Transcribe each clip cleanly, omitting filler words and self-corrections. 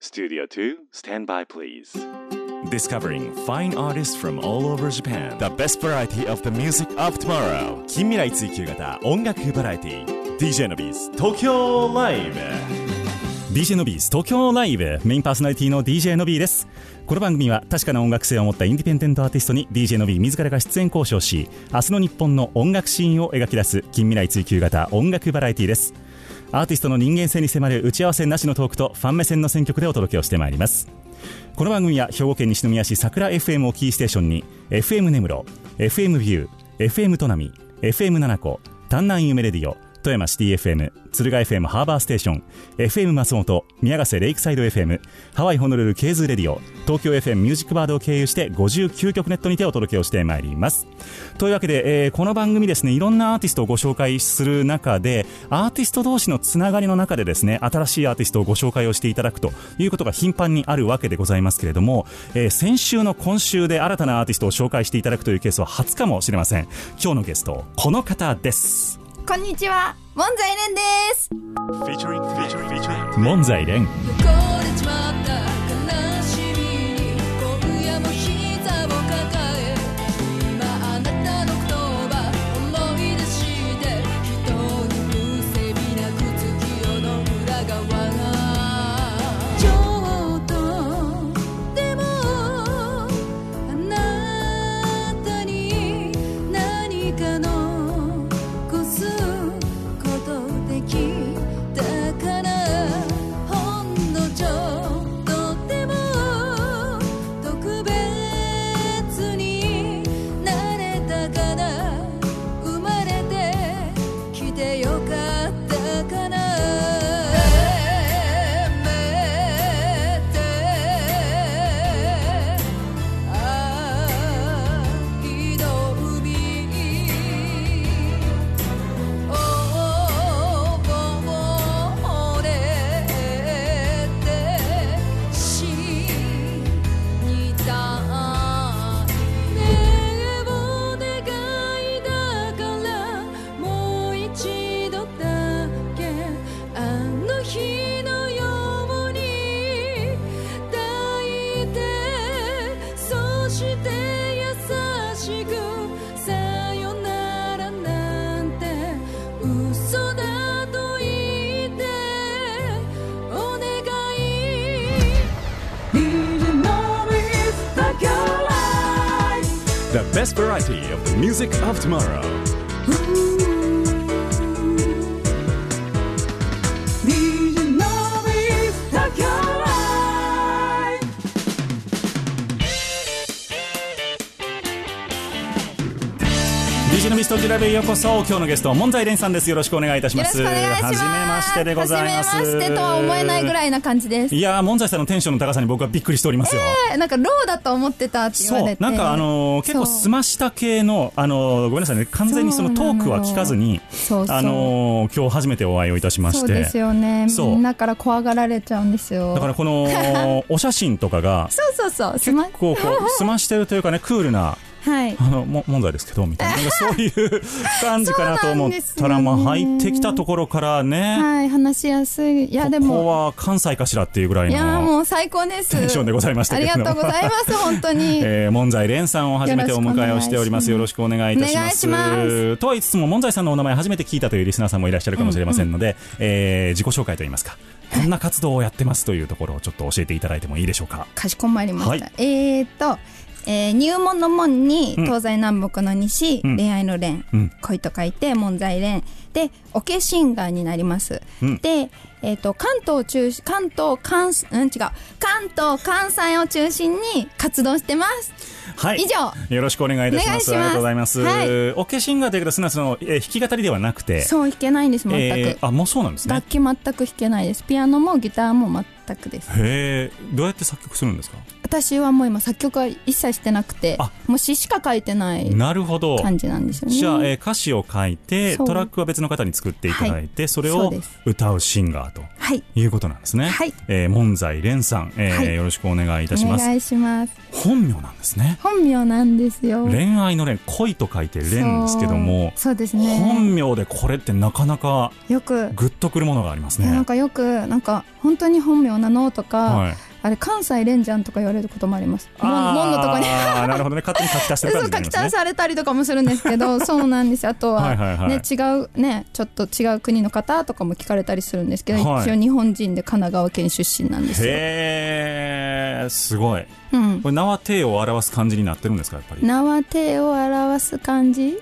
Studio 2, stand by please. Discovering fine artists from all over Japan. The best variety of the music of tomorrow. 近未来追求型音楽バラエティ DJ のビーズ東京ライブ DJ のビーズ東京ライブメインパーソナリティの DJ のビーです。この番組は確かな音楽性を持ったインディペンデントアーティストに DJ のビー自らが出演交渉し、明日の日本の音楽シーンを描き出す近未来追求型音楽バラエティです。アーティストの人間性に迫る打ち合わせなしのトークとファン目線の選曲でお届けをしてまいります。この番組は兵庫県西宮市桜 FM をキーステーションに FM 根室、FM ビュー、FM 砺波、FM 七子、丹南夢レディオ、富山シティ FM、敦賀 FM ハーバーステーション、 FM 松本、宮ヶ瀬レイクサイド FM、 ハワイホノルルケーズレディオ、東京 FM ミュージックバードを経由して59曲ネットにてお届けをしてまいります。というわけで、この番組ですね、いろんなアーティストをご紹介する中で、アーティスト同士のつながりの中でですね、新しいアーティストをご紹介をしていただくということが頻繁にあるわけでございますけれども、先週の今週で新たなアーティストを紹介していただくというケースは初かもしれません。今日のゲスト、この方です。 こんにちは、門財蓮です。 門財蓮。The best variety of the music of tomorrow. DJ のビーズ東京ライブへようこそ。今日のゲスト、門財蓮さんです。よろしくお願いいたします。 よろしくお願いします。 はじめましてでございます。 はじめましてとは思えないぐらいな感じです。 いやー、門財さんのテンションの高さに僕はびっくりしておりますよ。 なんかローだと思ってたって言われて。 そう、なんか結構澄ました系のごめんなさいね、完全にそのトークは聞かずに、今日初めてお会いをいたしまして。 そうですよね。みんなから怖がられちゃうんですよ。 だからこのお写真とかがそう結構こう澄ましてるというかね、クールな。 はい、 問題ですけどみたいな、そういう感じかなと思ったら、入ってきたところからね、 はい、話しやすい。いやでもここは関西かしらっていうぐらいの、 いやもう最高です。 テンションでございましたけども、 ありがとうございます本当に。 門財蓮さんを初めてお迎えをしております。よろしくお願いいたします。とは言いつつも、門財さんのお名前初めて聞いたというリスナーさんもいらっしゃるかもしれませんので、自己紹介といいますか、こんな活動をやってますというところをちょっと教えていただいてもいいでしょうか。 かしこまりました。入門の門に東西南北の西、恋愛の恋、恋と書いて門財蓮で、オケシンガーになります。で、関東関西を中心に活動してます。はい、以上よろしくお願いいたします。ありがとうございます。はい、オケシンガーというか、すなわちの弾き語りではなくて、 そう弾けないんです全く。 もうそうなんですね。 楽器全く弾けないです。ピアノもギターも全くです。 へえ、どうやって作曲するんですか？ 私はもう今作曲は一切してなくて、もう詩しか書いてない感じなんですよね。 じゃあ、歌詞を書いてトラックは別の方に作っていただいて、それを歌うシンガーということなんですね。 はい、 門財蓮さん、よろしくお願いいたします。 お願いします。 本名なんですね。 本名なんですよ。 恋愛の恋、恋と書いて蓮ですけども、 そうですね、 本名でこれってなかなかよくグッとくるものがありますね。 なんかよくなんか本当に本名なのとか、はい、あれ関西レンジャンとか言われることもあります。門のとこになるほどね、勝手に書き足してる感じになりますね。 書き足されたりとかもするんですけどそうなんですよ。あとは、ね、違うね、ちょっと違う国の方とかも聞かれたりするんですけど、一応日本人で神奈川県出身なんですよ。 へー、すごい。これ名は体を表す感じになってるんですか？やっぱり名は体を表す感じ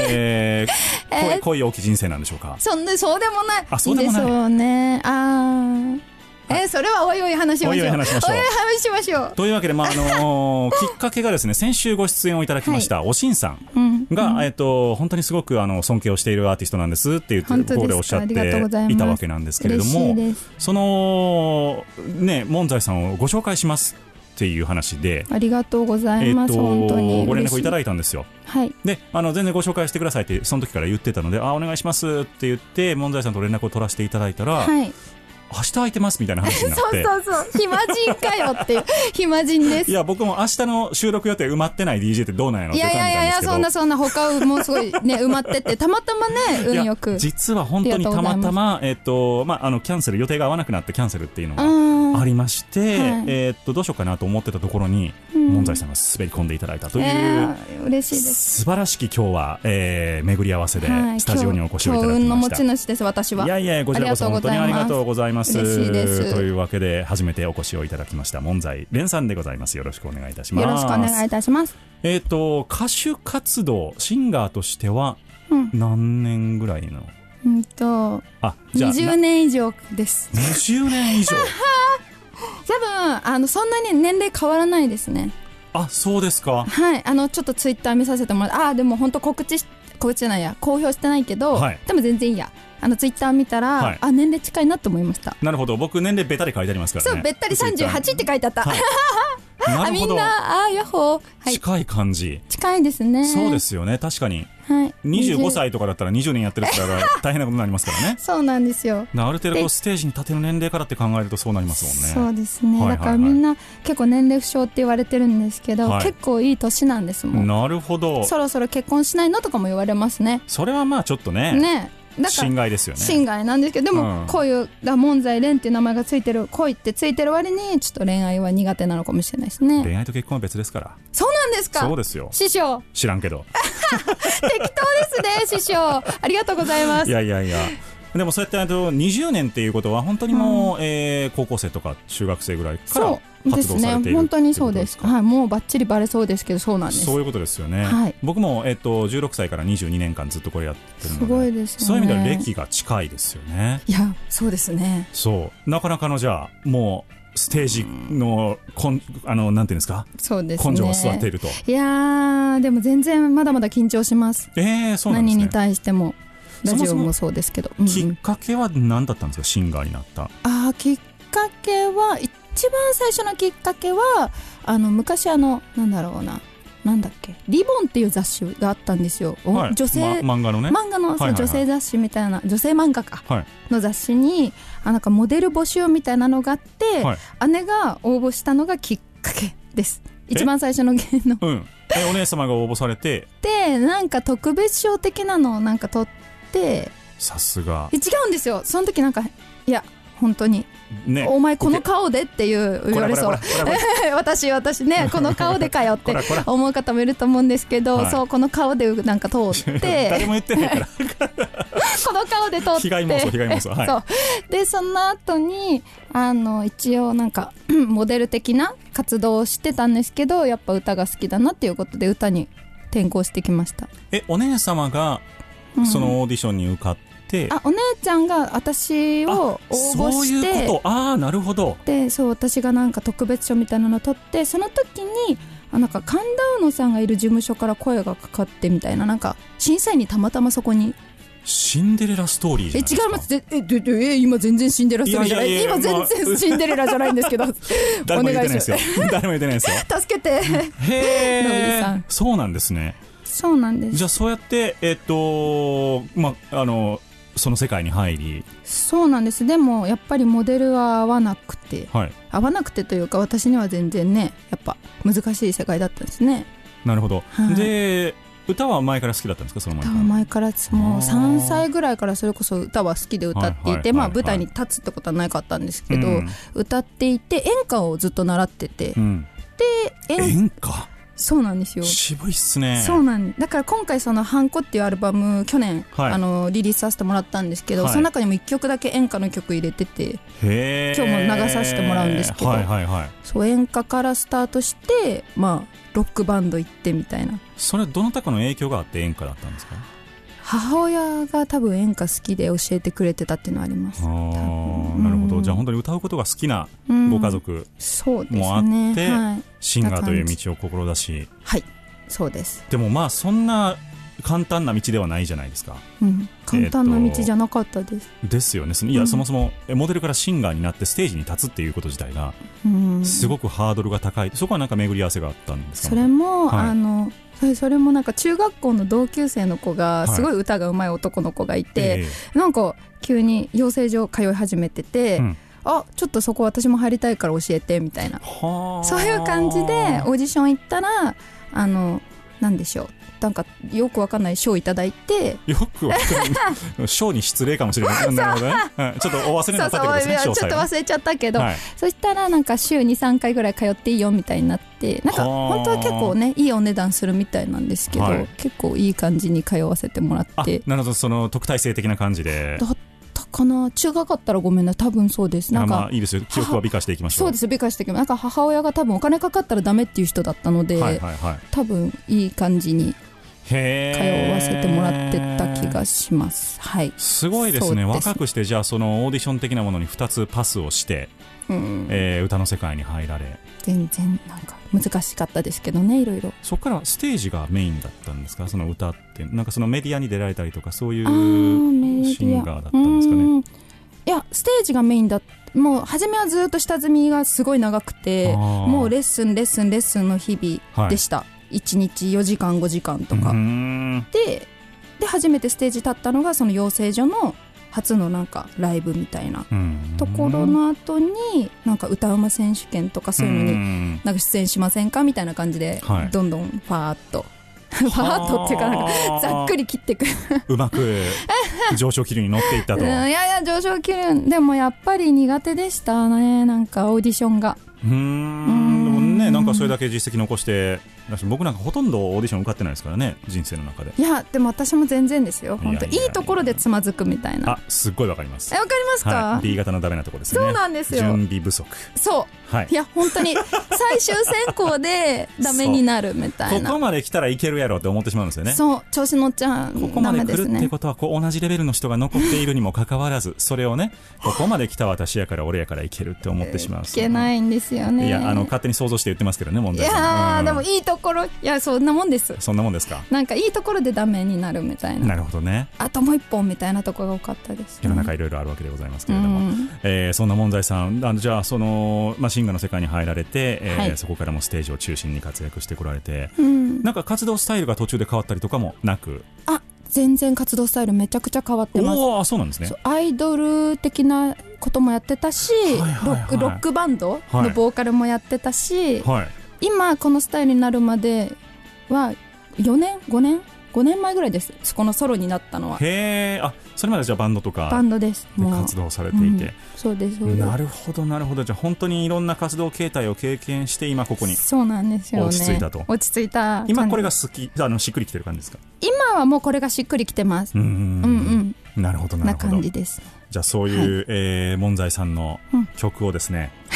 恋多き人生なんでしょうか？ そうでもない。 そうでもない。 いいですよね。それはおいおい話しましょう。おいおい話しましょう。 というわけで、きっかけがですね、先週ご出演をいただきました、おしんさんが、本当にすごく尊敬をしているアーティストなんですって言って、ここでおっしゃっていたわけなんですけれども、そのね、門財さんをご紹介しますっていう話で、 ありがとうございます。本当にご連絡をいただいたんですよ。 はい、 で全然ご紹介してくださいってその時から言ってたので、お願いしますって言って門財さんと連絡を取らせていただいたら、はい、明日空いてますみたいな話になってそう暇人かよっていう暇人です。 いや僕も明日の収録予定埋まってない DJ ってどうなんやろって感じなんですけど、 いやそんな他もうすごいね埋まっててたまたまね運よく、 実は本当にたまたまキャンセル、予定が合わなくなってキャンセルっていうのがありまして、はい、どうしようかなと思ってたところに門財さんが滑り込んでいただいたという、 嬉しいです。 素晴らしき今日は、巡り合わせでスタジオにお越しをいただきました。 強運の持ち主です私は。 いやこちらこそ本当にありがとうございます。 嬉しいです。 というわけで初めてお越しをいただきました門財蓮さんでございます。よろしくお願いいたします。 よろしくお願いいたします。 歌手活動シンガーとしては何年ぐらいの？ じゃあ20年以上です。 20年以上多分そんなに年齢変わらないですね。 そうですか。 はい、ちょっとツイッター見させてもらって、でも本当告知じゃないや、公表してないけど、でも全然いいや。ツイッター見たら、年齢近いなと思いました。 なるほど、僕年齢べったり書いてありますからね。 そう、べったり38って書いてあった。 なるほど。 みんなヤッホー、 近い感じ。 近いですね。 そうですよね、確かに。25歳とかだったら20年やってるから大変なことになりますからね。 そうなんですよ。 ある程度ステージに立てる年齢からって考えるとそうなりますもんね。 そうですね、だからみんな結構年齢不詳って言われてるんですけど、結構いい年なんですもん。 なるほど。 そろそろ結婚しないのとかも言われますね。 それはちょっとね心外ですよね。 心外なんですけど、でもこういう門財蓮っていう名前がついてる、恋ってついてる割にちょっと恋愛は苦手なのかもしれないですね。 恋愛と結婚は別ですから。 そうなんですか。 そうですよ。 師匠知らんけど適当ですね師匠、ありがとうございます。 いやでもそうやって20年っていうことは本当にもう、高校生とか中学生ぐらいから活動されている、 そうですね、本当にそうです。もうバッチリバレそうですけど、そうなんです。 そういうことですよね。僕も、16歳から22年間ずっとこれやってるので、 すごいですよね。 そういう意味では歴が近いですよね。 いや、そうですね。 そうなかなかのじゃあもうステージのなんていうんですか、 そうですね、 根性が座っていると。 いやでも全然まだまだ緊張します。 そうなんですね。 何に対しても。ラジオもそうですけど、 きっかけは何だったんですか、シンガーになった。 きっかけは、一番最初のきっかけは昔なんだろうな、なんだっけ、リボンっていう雑誌があったんですよ。女性、 漫画のね、 女性雑誌みたいな、女性漫画家の雑誌になんかモデル募集みたいなのがあって、姉が応募したのがきっかけです。一番最初の芸能、 お姉様が応募されて、 でなんか特別賞的なのをなんか取って、 さすが。 違うんですよ、その時なんか、いや本当に、お前この顔でって言われそう私ね、この顔でかよって思う方もいると思うんですけど、そうこの顔でなんか通って誰も言ってないからこの顔で通って、 被害妄想、 そうで、その後に一応なんかモデル的な活動をしてたんですけど、やっぱ歌が好きだなっていうことで歌に転向してきました。 お姉様がそのオーディションに受かって、 お姉ちゃんが私を応募して、 そういうこと。なるほど。 で、そう、私がなんか特別賞みたいなのを取って、その時になんか神田うのさんがいる事務所から声がかかってみたいな、なんか審査員にたまたまそこにシンデレラストーリーじゃないですか。 違います。今全然シンデレラストーリーじゃない。 いやいやいや今全然シンデレラじゃないんですけど誰も言ってないですよ。誰も言ってないですよ。 助けてへのびりさん。 そうなんですね。 そうなんです。 じゃあそうやってその世界に入り。 そうなんです。でもやっぱりモデルは合わなくて、 はい、 合わなくてというか私には全然ねやっぱ難しい世界だったんですね。 なるほど、 はい、 で歌は前から好きだったんですか？その前からもう3歳ぐらいからそれこそ歌は好きで歌っていて、まあ舞台に立つってことはなかったんですけど、歌っていて演歌をずっと習ってて、で演歌そうなんですよ。 渋いっすね。 そうなんだから今回そのハンコっていうアルバム去年、リリースさせてもらったんですけど、その中にも1曲だけ演歌の曲入れてて、今日も流させてもらうんですけど、そう演歌からスタートしてまあロックバンド行ってみたいな。 それはどなたかの影響があって演歌だったんですか？ 母親が多分演歌好きで教えてくれてたっていうのはあります。なるほど。じゃあ本当に歌うことが好きなご家族もあって、シンガーという道を志し、 はい、そうです。 でもまあそんな簡単な道ではないじゃないですか。 簡単な道じゃなかったです。 ですよね。いや、そもそもモデルからシンガーになってステージに立つっていうこと自体がすごくハードルが高い。そこはなんか巡り合わせがあったんですか？ それも、それもなんか中学校の同級生の子がすごい歌が上手い男の子がいて、なんか急に養成所通い始めてて、ちょっとそこ私も入りたいから教えてみたいな、そういう感じでオーディション行ったらなんでしょう、なんかよくわかんない賞をいただいて、 よくわかんない賞に失礼かもしれない。なるほどね、ちょっとお忘れになったってことですね。 ちょっと忘れちゃったけど、そしたらなんか週 2,3 回ぐらい通っていいよみたいになって、なんか本当は結構ねいいお値段するみたいなんですけど、結構いい感じに通わせてもらって。 なるほど。その特待生的な感じでだったかな。違かったらごめんな、多分そうです。なんかいいですよ、記憶は美化していきましょう。 そうです、美化していきます。なんか母親が多分お金かかったらダメっていう人だったので、多分いい感じに通わせてもらってた気がします。はい、すごいですね。若くしてじゃあそのオーディション的なものに2つパスをして、歌の世界に入られ、 全然なんか難しかったですけどね、いろいろ。 そこからステージがメインだったんですか？その歌って、なんかそのメディアに出られたりとかそういうシンガーだったんですかね？ いや、ステージがメインだ。もう初めはずっと下積みがすごい長くて、もうレッスンの日々でした。1日4時間5時間とかで初めてステージ立ったのがその養成所の初のなんかライブみたいなところの後に、なんか歌うま選手権とかそういうのになんか出演しませんかみたいな感じで、どんどんファーッとファーッとっていうか、なんかざっくり切っていくうまく上昇気流に乗っていったと。いや上昇気流でもやっぱり苦手でしたね、なんかオーディションが。 でもね、なんかそれだけ実績残して、僕なんかほとんどオーディション受かってないですからね、人生の中で。 いやでも私も全然ですよ。本当いいところでつまずくみたいな。 すっごいわかります。 わかりますか、 B 型のダメなところですね。 そうなんですよ、 準備不足。 そう、いや本当に最終選考でダメになるみたいなここまで来たらいけるやろって思ってしまうんですよね。 そう、調子乗っちゃう。 ここまで来るってことは同じレベルの人が残っているにもかかわらず、それをね、ここまで来た私やから俺やからいけるって思ってしまう。いけないんですよね。 いや勝手に想像して言ってますけどね、問題いやでもいいところ、いやそんなもんです。 そんなもんですか。 なんかいいところでダメになるみたいな。 なるほどね。 あともう一本みたいなところが多かったです、 世の中いろいろあるわけでございますけれども、そんな門財さん、じゃあその、シンガーの世界に入られて、そこからもステージを中心に活躍してこられて、なんか活動スタイルが途中で変わったりとかもなく？ 全然活動スタイルめちゃくちゃ変わってます。 そうなんですね。 アイドル的なこともやってたし、ロックバンドのボーカルもやってたし、今このスタイルになるまでは5年前ぐらいです。このソロになったのは。 へー、それまでじゃあバンドとかバンドです活動されていて、 そうです。 なるほど。じゃあ本当にいろんな活動形態を経験して今ここにそうなんですよね、 落ち着いたと。 落ち着いた。 今これがしっくりきてる感じですか？ 今はもうこれがしっくりきてます。 なるほどな感じです。 じゃあそういう、門財さんの曲をですね、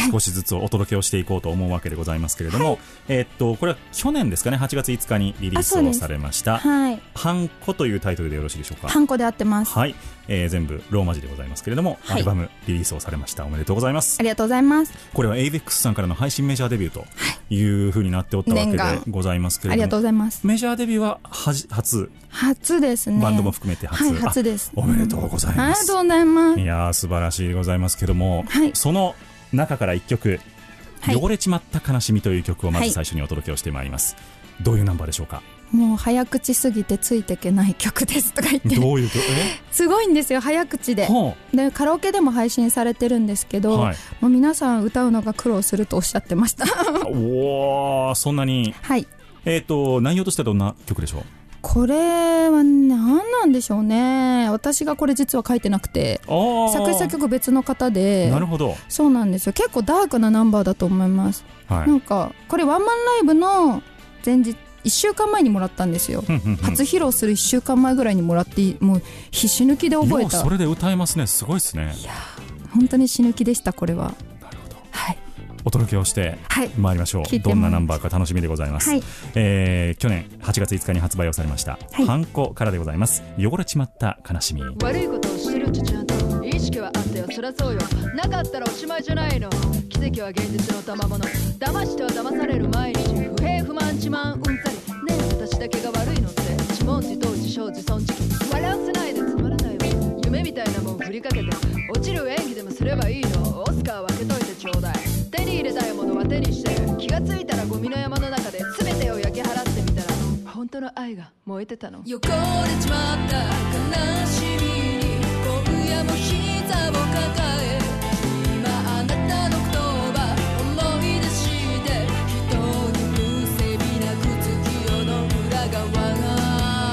少しずつお届けをしていこうと思うわけでございますけれども、これは去年ですかね、8月5日にリリースをされました、ハンコというタイトルでよろしいでしょうか。 ハンコで合ってます。 はい、全部ローマ字でございますけれども、アルバムリリースをされました。おめでとうございます。 ありがとうございます。 これは ABEX さんからの配信メジャーデビューという風になっておったわけでございますけれども、 ありがとうございます。 メジャーデビューは初ですね。バンドも含めて初、 はい、初です。 おめでとうございます。 ありがとうございます。 いや素晴らしいでございますけども、その中から1曲、汚れちまった悲しみという曲をまず最初にお届けをしてまいります。どういうナンバーでしょうか。 もう早口すぎてついていけない曲ですとか言って、どういう曲？すごいんですよ、早口で。でカラオケでも配信されてるんですけど、もう皆さん歌うのが苦労するとおっしゃってましたおー、そんなに。はい。内容としてはどんな曲でしょう。 これは何なんでしょうね。私がこれ実は書いてなくて、作詞作曲別の方で。なるほど。そうなんですよ。結構ダークなナンバーだと思います、なんかこれワンマンライブの前日1週間前にもらったんですよ初披露する1週間前ぐらいにもらって、もう必死抜きで覚えた。 もうそれで歌えますね。すごいですね。 いや本当に死ぬ気でした。これは。 なるほど。はい。お届けをしてまいりましょう。どんなナンバーか楽しみでございます。去年8月5日に発売をされました、ハンコからでございます。汚れちまった悲しみ。 悪いことをしてるっちゃちゃんと意識はあったよ。そりゃそうよ。なかったらおしまいじゃないの。奇跡は現実の賜物。騙しては騙される毎日。不平不満自慢うんざり。ねえ私だけが悪いのって。自問自答自称自尊自棄。笑わせないでつまらないわ。夢みたいなもん振りかけて落ちる演技でもすればいいの。オスカー分けといてちょうだい。手に入れたいものは手にして。気がついたらゴミの山の中で全てを焼き払ってみたら本当の愛が燃えてたの。汚れちまった悲しみに今夜も膝を抱え、今あなたの言葉思い出して人にむせびなく月夜の裏側が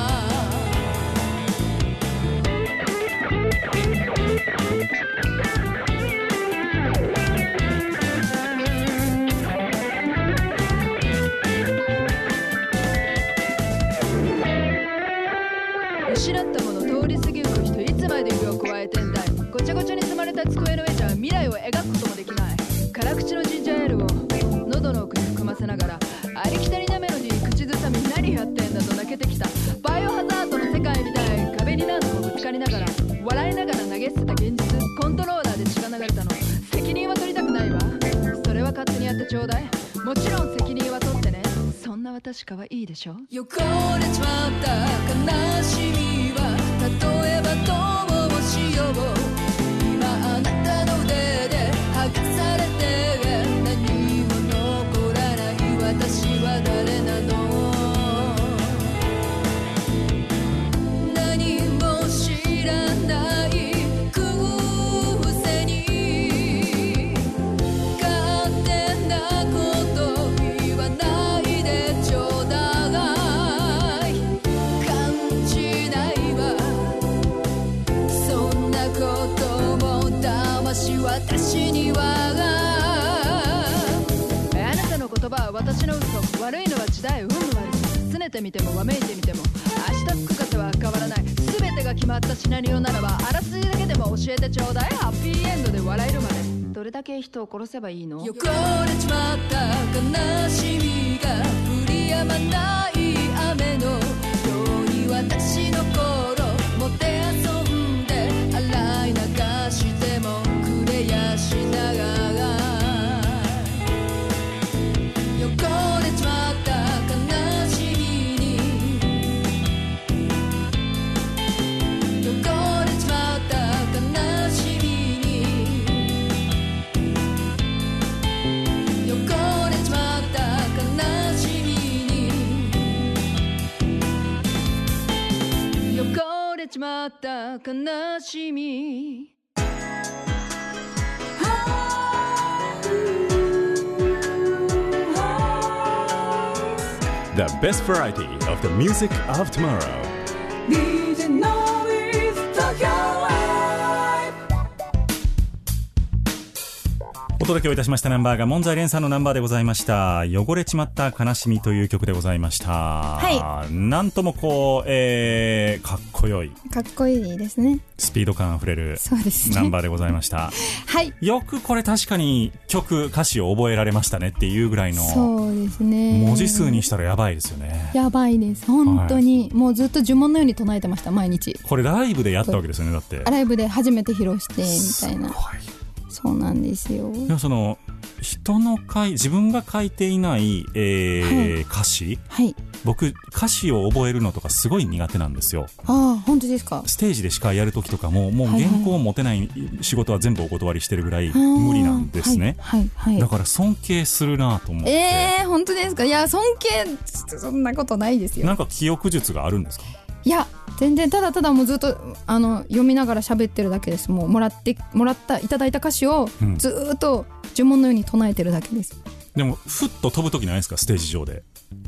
失ったもの通り過ぎゆく人いつまで指を加えてんだい。ごちゃごちゃに積まれた机の上じゃ未来を描くこともできない。辛口のジンジャーエールを喉の奥に含ませながらありきたりなメロディー口ずさみ何やってんだと泣けてきた。バイオハザードの世界みたい。壁に何度もぶつかりながら笑いながら投げ捨てた現実。コントローラーで血が流れたの。責任は取りたくないわ。それは勝手にやってちょうだい。もちろん責任は取ってね。そんな私可愛いでしょ。汚れちまった悲しみは例えばどうしよう。今あなたの腕で剥がされて何も残らない私は誰なの。何も知らないくせに勝手なこと言わないでちょうだい。感じないわそんなことも騙し私には。あなたの言葉は私の嘘。悪いのは時代運の悪さ。拗ねてみてもわめいてみても明日つく風は変わらない。全てが決まったシナリオならばあらすじだけでも教えてちょうだい。ハッピーエンドで笑えるまでどれだけ人を殺せばいいの。汚れちまった悲しみが降り止まない雨のように私の心もてあそんで洗い流してもくれやしながら。汚れちまった悲しみに汚れちまった悲しみに汚れちまった悲しみに汚れちまった悲しみ。 The best variety of the music of tomorrow. DJ Nobis Tokyo Live。 お届けをいたしましたナンバーが門前連さんのナンバーでございました。汚れちまった悲しみという曲でございました。 はい。 なんともこう、かっこよい、 かっこいいですね。 スピード感あふれるそうですね、 ナンバーでございました。 はい。 よくこれ確かに曲歌詞を覚えられましたねっていうぐらいの、 そうですね、 文字数にしたらやばいですよね。 やばいです本当に、はい、もうずっと呪文のように唱えてました毎日。これライブでやったわけですよね。だってライブで初めて披露してみたいな。 すごい。 そうなんですよ。 でもその人の自分が書いていない、はい、歌詞、はい、僕歌詞を覚えるのとかすごい苦手なんですよ。 ああ、本当ですか。 ステージで司会やるときとかもう原稿を持てない仕事は全部お断りしてるぐらい無理なんですね、はいはいはい、だから尊敬するなと思って。 本当ですか。いや尊敬そんなことないですよ。 なんか記憶術があるんですか。 いや全然ただもうずっと読みながら喋ってるだけです。もうもらったいただいた歌詞をずっと呪文のように唱えてるだけです、 でもふっと飛ぶ時ないですか、ステージ上で。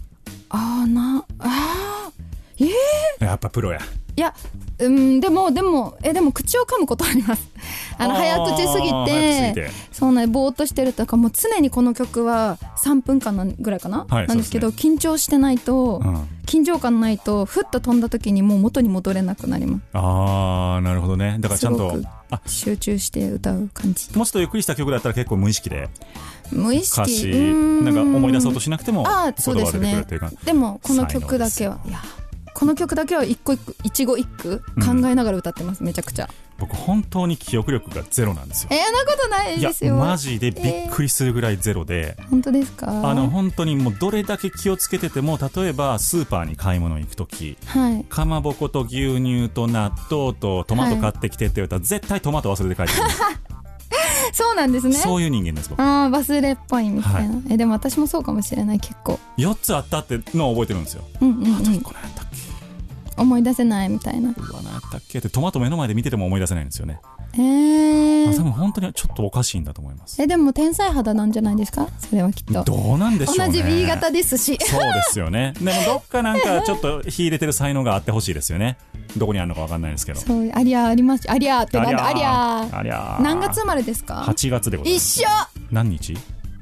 やっぱプロや。 いや、でも口を噛むことあります。早口すぎてそうね、ぼーっとしてるとか、もう常にこの曲は3分間ぐらいかな、はい、なんですけど、緊張してないと、緊張感ないとふっと飛んだ時にもう元に戻れなくなります。 なるほどね。だからちゃんと集中して歌う感じ。 もうちょっとゆっくりした曲だったら結構無意識で歌詞なんか思い出そうとしなくてもそうですね。でもこの曲だけは、いやこの曲だけは一語一句考えながら歌ってます、めちゃくちゃ。 僕本当に記憶力がゼロなんですよ。 そんなことないですよ。 いやマジでびっくりするぐらいゼロで、 本当ですか。 本当にもうどれだけ気をつけてても、例えばスーパーに買い物行くとき、はい、かまぼこと牛乳と納豆とトマト買ってきてって言ったら、絶対トマト忘れて帰ってくるそうなんですね。 そういう人間です僕。 忘れっぽいみたいな、はい、でも私もそうかもしれない。結構 4つあったってのを覚えてるんですよ。あと1個何やったっけ、 思い出せないみたいな。 うわ何やったっけって、トマト目の前で見てても思い出せないんですよね。多分本当にちょっとおかしいんだと思います。 でも天才肌なんじゃないですか、それはきっと。 どうなんでしょうね。 同じ B 型ですし。 そうですよね。でもどっかなんかちょっと秀でてる才能があってほしいですよね。どこにあるのか分かんないですけど。 そう、ありゃーあります。ありゃーってなんだ、ありゃー。 ありゃー。 何月生まれですか。 8月でございます。 一緒。 何日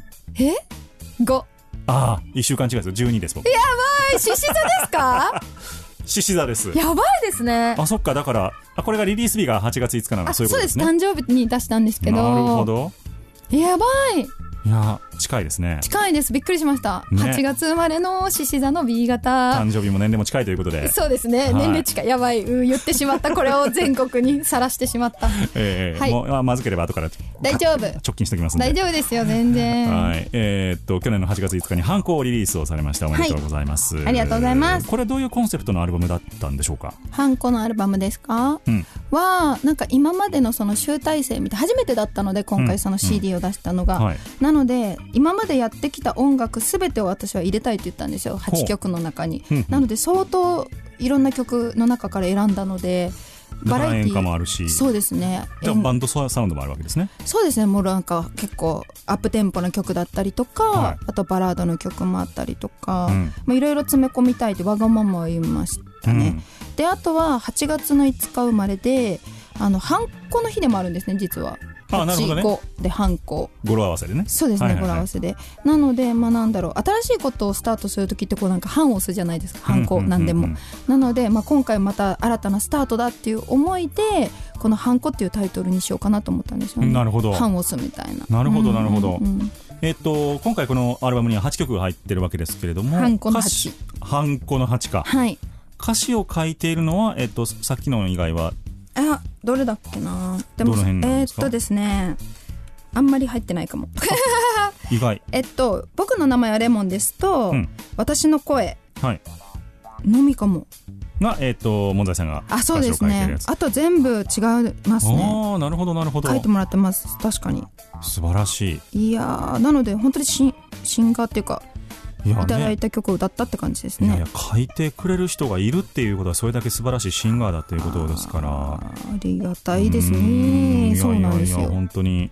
？5。 1週間違いですよ。12です僕。 やばい、獅子座ですか。 獅子座です。 やばいですね。 そっか。だからこれがリリース日が8月5日なの。そういうことですね。 そうです。誕生日に出したんですけど。 なるほど。 やばい。 いや近いですね。 近いです。びっくりしました、ね、8月生まれの獅子座の B 型。 誕生日も年齢も近いということで。 そうですね、はい、年齢近い。やばい、言ってしまった。これを全国にさらしてしまった。はい、 もうまずければ後から大丈夫、 直近しておきますんで。 大丈夫ですよ全然。 はい、去年の8月5日にハンコをリリースをされました。おめでとうございます、 ありがとうございます。 これはどういうコンセプトのアルバムだったんでしょうか。 ハンコのアルバムですか、はなんか今までのその集大成みたいな、初めてだったので今回その CD を出したのが、なので今までやってきた音楽すべてを私は入れたいって言ったんですよ、8曲の中に。なので相当いろんな曲の中から選んだので、 バラエティー演歌もあるし。 そうですね。 じゃあバンドサウンドもあるわけですね。 そうですね。もうなんか結構アップテンポの曲だったりとか、あとバラードの曲もあったりとか、いろいろ詰め込みたいってわがままを言いましたね、であとは8月の5日生まれで、ハンコの日でもあるんですね実は。 なるほどね。 8、5でハンコ、 語呂合わせでね。 そうですね、語呂合わせで。なのでなんだろう、新しいことをスタートするときってなんかハンを押すじゃないですか、ハンコなんでも。なので今回また新たなスタートだっていう思いでこのハンコっていうタイトルにしようかなと思ったんですよね。 なるほど。 ハンを押すみたいな。 なるほどなるほど。今回このアルバムには8曲が入ってるわけですけれども、 ハンコの8。 ハンコの8か。 はい。 歌詞を書いているのはさっきの以外はどれだっけな。でもどの辺なんですか。 ですね、あんまり入ってないかも。 意外。 僕の名前はレモンですと、私の声のみかもが門田さんが歌詞を書いてるやつ。そうですね。あと全部違いますね。 なるほどなるほど。 書いてもらってます。確かに素晴らしい。 いやなので本当にシンガーっていうかいただいた曲を歌ったって感じですね。 いや書いてくれる人がいるっていうことはそれだけ素晴らしいシンガーだということですから、 ありがたいですね。そうなんですよ。 いや本当に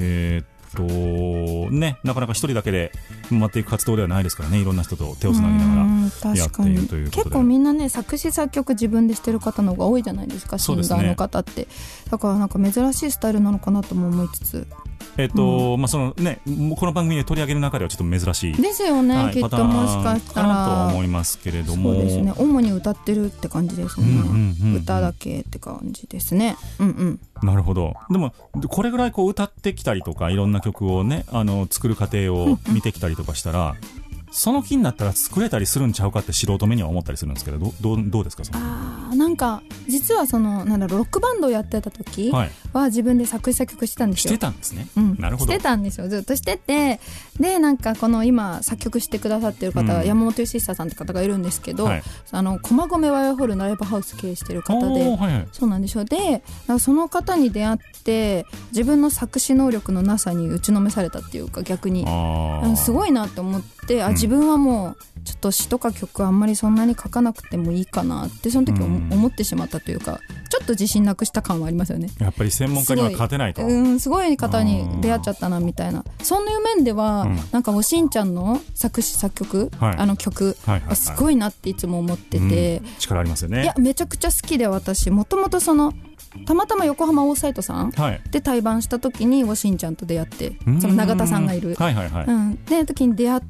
ね、なかなか一人だけで回っていく活動ではないですからね。いろんな人と手をつなぎながらやっているということで、 結構みんなね作詞作曲自分でしてる方の方が多いじゃないですか、シンガーの方って。だからなんか珍しいスタイルなのかなとも思いつつ。 まあそのね、この番組で取り上げる中ではちょっと珍しいですよね、 はい、 きっともしかしたらかなとは思いますけれども、 そうですね、主に歌ってるって感じですね、歌だけって感じですね。 なるほど。でもこれぐらいこう歌ってきたりとかいろんな曲をね作る過程を見てきたりとかしたら、その気になったら作れたりするんちゃうかって素人目には思ったりするんですけど、どうですかその。 なんか実はそのロックバンドをやってた時は自分で作詞作曲してたんですよ。 してたんですね、なるほど。 してたんですよ、ずっとしてて、でなんかこの今作曲してくださってる方、山本義久さんって方がいるんですけど、駒込ワイヤーホールのライブハウス経営してる方で、そうなんでしょう。でその方に出会って自分の作詞能力のなさに打ちのめされたっていうか、逆にすごいなと思って、自分はもうちょっと詩とか曲あんまりそんなに書かなくてもいいかなってその時思ってしまったというか、ちょっと自信なくした感はありますよね。 やっぱり専門家には勝てないと、 すごい方に出会っちゃったなみたいな、そういう面では、なんかおしんちゃんの作詞作曲、曲はすごいなっていつも思ってて、 力ありますよね。 いやめちゃくちゃ好きで、私もともとそのたまたま横浜オーサイトさんで対バンした時におしんちゃんと出会って、その永田さんがいるで時に出会って、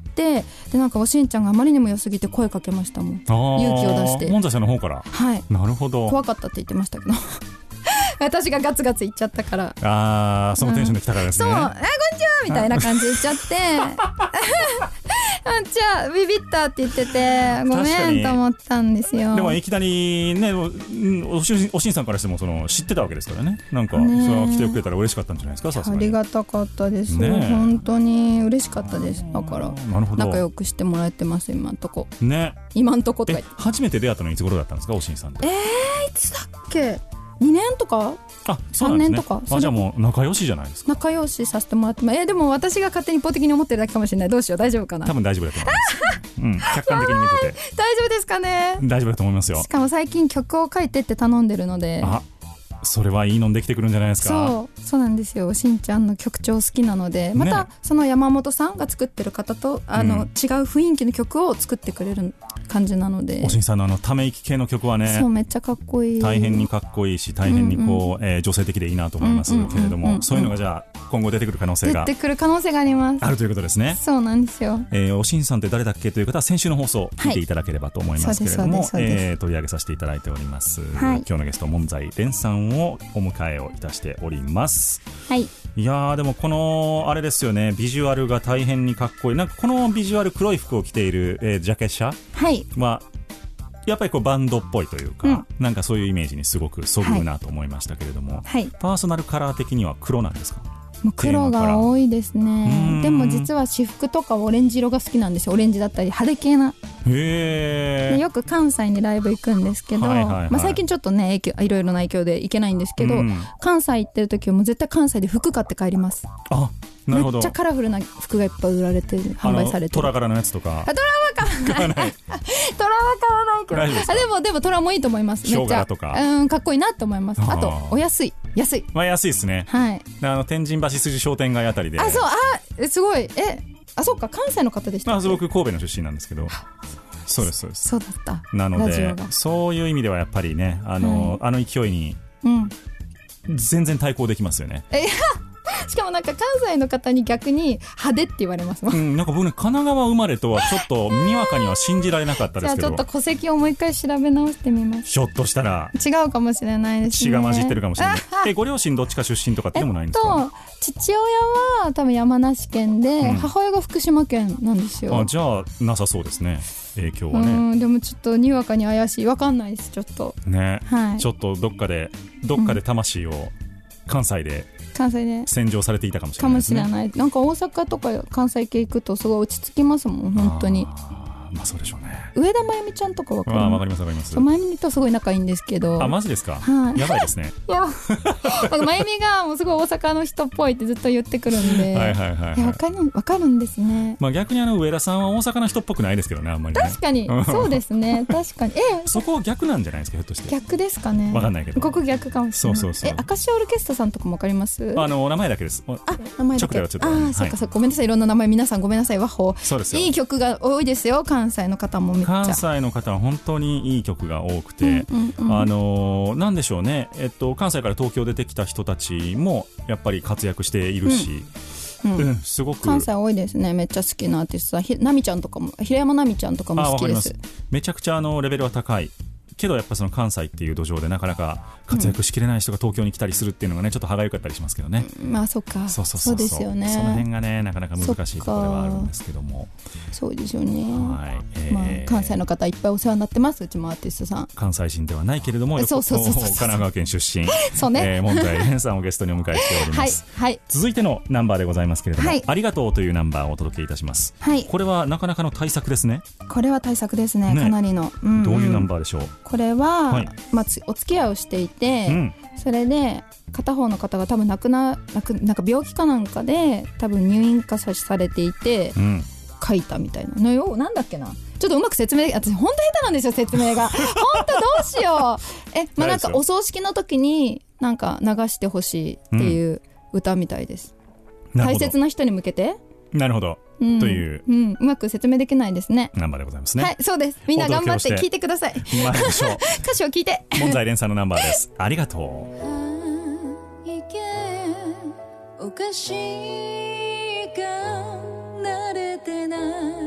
でなんかおしんちゃんがあまりにも良すぎて声かけましたもん、勇気を出して。 門田さんの方から。はい、なるほど。 怖かったって言ってましたけど私がガツガツ言っちゃったから、 そのテンションで来たからですね、 そう、こんにちはみたいな感じで言っちゃってじゃあビビったって言ってて、ごめんと思ったんですよ。 でもいきなりね、おしんさんからしてもその知ってたわけですからね、なんかその来てくれたら嬉しかったんじゃないですか。さすがにありがたかったです、本当に嬉しかったです。だから仲良くしてもらえてます、今んとこね。今んとことか言って。 初めて出会ったのいつ頃だったんですか、おしんさんと。 いつだっけ、2年とか3年とか。 じゃあもう仲良しじゃないですか。 仲良しさせてもらって、でも私が勝手に一方的に思ってるだけかもしれない。どうしよう、大丈夫かな。 多分大丈夫だと思います、客観的に見てて大丈夫ですかね。 大丈夫だと思いますよ。 しかも最近曲を書いてって頼んでるので、 それはいいのできてくるんじゃないですか。 そうなんですよ。しんちゃんの曲調好きなので、またその山本さんが作ってる方と違う雰囲気の曲を作ってくれる感じなので、 おしんさんのため息系の曲はね、 そうめっちゃかっこいい、 大変にかっこいいし、大変にこう、女性的でいいなと思いますけれども、そういうのがじゃあ今後出てくる可能性があるということですね。 そうなんですよ。 おしんさんって誰だっけという方は先週の放送聞いていただければと思いますけれども、取り上げさせていただいております、今日のゲスト門財蓮さんをお迎えをいたしております。いやでもこのあれですよね、ビジュアルが大変にかっこいい。なんかこのビジュアル、黒い服を着ている、ジャケ写はやっぱりこうバンドっぽいというか、なんかそういうイメージにすごくそぐうなと思いましたけれども、パーソナルカラー的には黒なんですか。 もう黒が多いですね。でも実は私服とかオレンジ色が好きなんですよ。オレンジだったり派手系な。でよく関西にライブ行くんですけど、最近ちょっとねいろいろな影響で行けないんですけど、関西行ってる時はもう絶対関西で服買って帰ります。なるほど。めっちゃカラフルな服がいっぱい売られて販売されてる。 トラ柄のやつとか。 トラは買わない。トラは買わないけど。でもトラもいいと思います。めっちゃかっこいいなと思います。あとお安い。安いですね。天神橋筋商店街あたりで。すごい。そっか、関西の方でしたっけ。 僕神戸の出身なんですけど。そうです。 そうだった。 なのでそういう意味ではやっぱりね、あの勢いに全然対抗できますよね。 しかもなんか関西の方に逆に派手って言われますもん。 なんか僕ね、神奈川生まれとはちょっとにわかには信じられなかったですけど。 じゃあちょっと戸籍をもう一回調べ直してみます。 ひょっとしたら違うかもしれないですね。 血が混じってるかもしれない。ご両親どっちか出身とかってでもないんですか。 父親は多分山梨県で、母親が福島県なんですよ。 じゃあなさそうですね、影響はね。 でもちょっとにわかに怪しい。わかんないです、ちょっとね。ちょっとどっかで魂を関西で洗浄されていたかもしれないですね。かもしれない。なんか大阪とか関西系行くとすごい落ち着きますもん、本当に。 そうでしょうね。 上田真由美ちゃんとかわかります。 わかりますわかります。 真由美とすごい仲いいんですけど。 マジですか。やばいですね。 なんか真由美がもうすごい大阪の人っぽいってずっと言ってくるんで。わかるんですね。 逆に上田さんは大阪の人っぽくないですけどね、あんまりね。 確かにそうですね。確かに。 そこは逆なんじゃないですか、ひょっとして。 逆ですかね。 わかんないけど。 ここ逆かもしれない。明石オルケストラさんとかもわかります？ 名前だけです。 名前だけ。そうか、ごめんなさい、いろんな名前皆さんごめんなさい。和法。いい曲が多いですよ、関関西の方もめっちゃ関西の方は本当にいい曲が多くて、なんでしょうね、関西から東京出てきた人たちもやっぱり活躍しているし、すごく関西多いですね。めっちゃ好きなアーティストはなみちゃんとかも、平山なみちゃんとかも好きです。 めちゃくちゃレベルは高いけど、やっぱその関西っていう土壌でなかなか活躍しきれない人が東京に来たりするっていうのがね、ちょっと歯がゆかったりしますけどね。 まあそっか、そうですよね。 その辺がねなかなか難しいところではあるんですけども。 そうですよね、 はい関西の方いっぱいお世話になってます。うちもアーティストさん関西人ではないけれども神奈川県出身そうね、 門財蓮さんをゲストにお迎えしております、 はい、 続いてのナンバーでございますけれども、ありがとうというナンバーをお届けいたします、これはなかなかの大作ですね。 これは大作ですね、かなりの、 どういうナンバーでしょう。 これは、お付き合いをしていて、それで片方の方が多分なんか病気かなんかで多分入院化されていて、書いたみたいなのよ。なんだっけな、ちょっとうまく説明で、私本当下手なんですよ説明が本当どうしようなんかお葬式の時になんか流してほしいっていう歌みたいです、大切な人に向けて。 なるほど、という、 うまく説明できないですね。 ナンバーでございますね。 はい、そうです。みんな頑張って聞いてください。 参りましょう歌詞を聞いて。 門財蓮さんのナンバーです。ありがとう。いけおかしいか慣れてない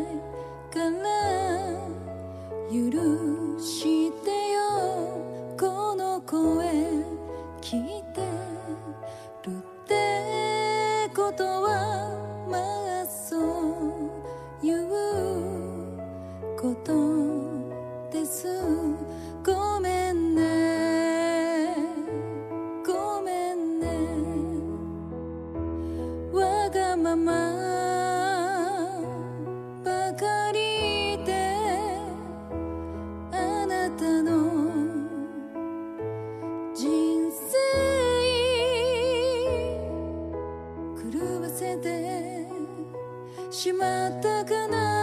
から許してよ、この声聞いてるってことはまあそういうことです。ごめんねごめんね、わがままばかりであなたの人生狂わせてしまったかな。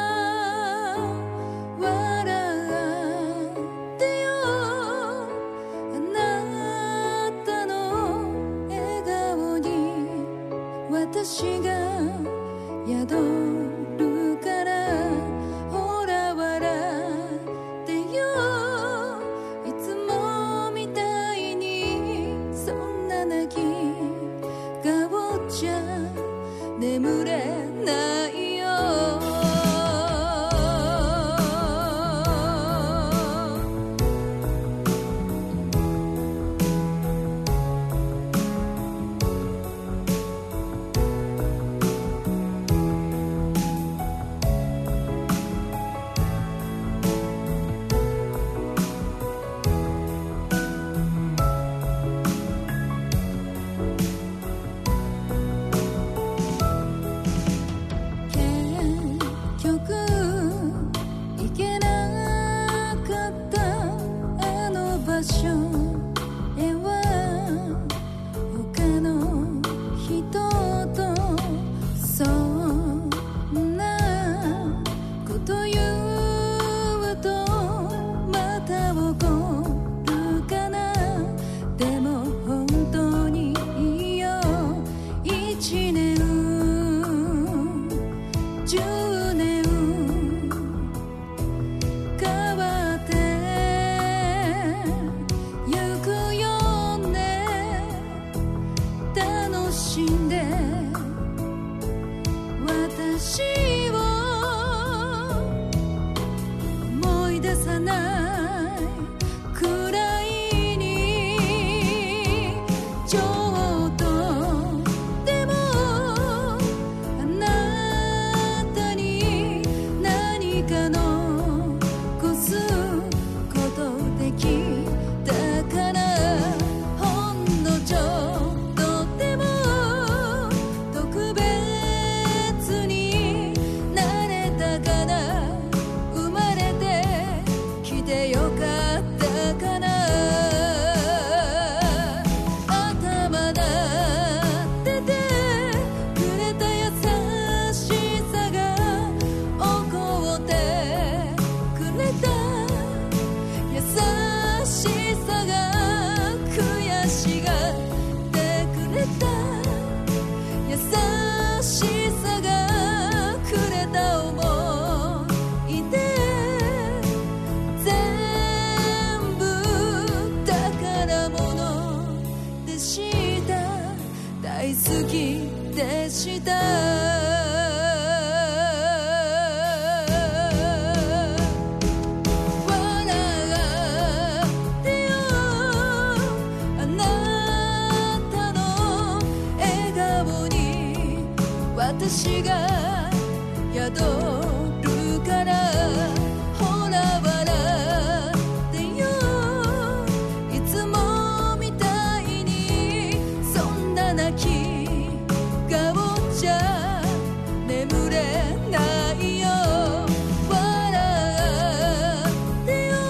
私が宿るからほら笑ってよ、いつもみたいにそんな泣き顔じゃ眠れないよ。 した私が宿るからほら笑ってよいつもみたいにそんな泣き顔じゃ眠れないよ笑ってよ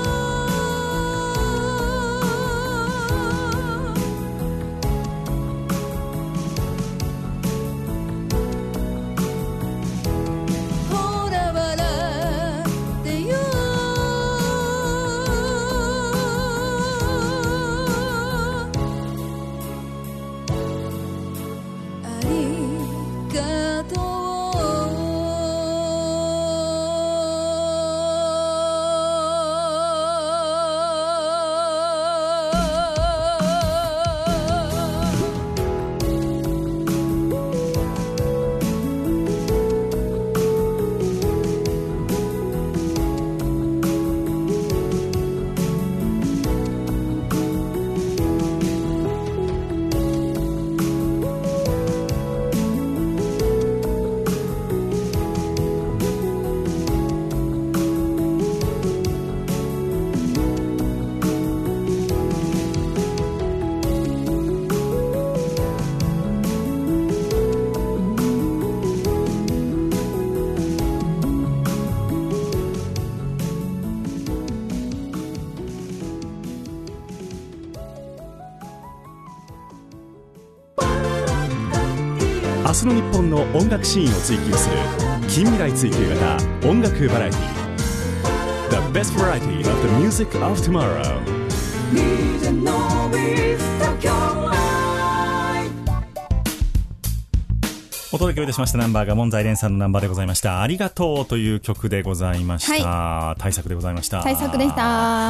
明日の日本の音楽シーンを追求する近未来追求型音楽バラエティ The best variety of the music of tomorrow。 DJ Nobis Tokyo Live。 お届けをいたしましたナンバーが門前連さんのナンバーでございました。ありがとうという曲でございました、はい、大作でございました。 大作でした。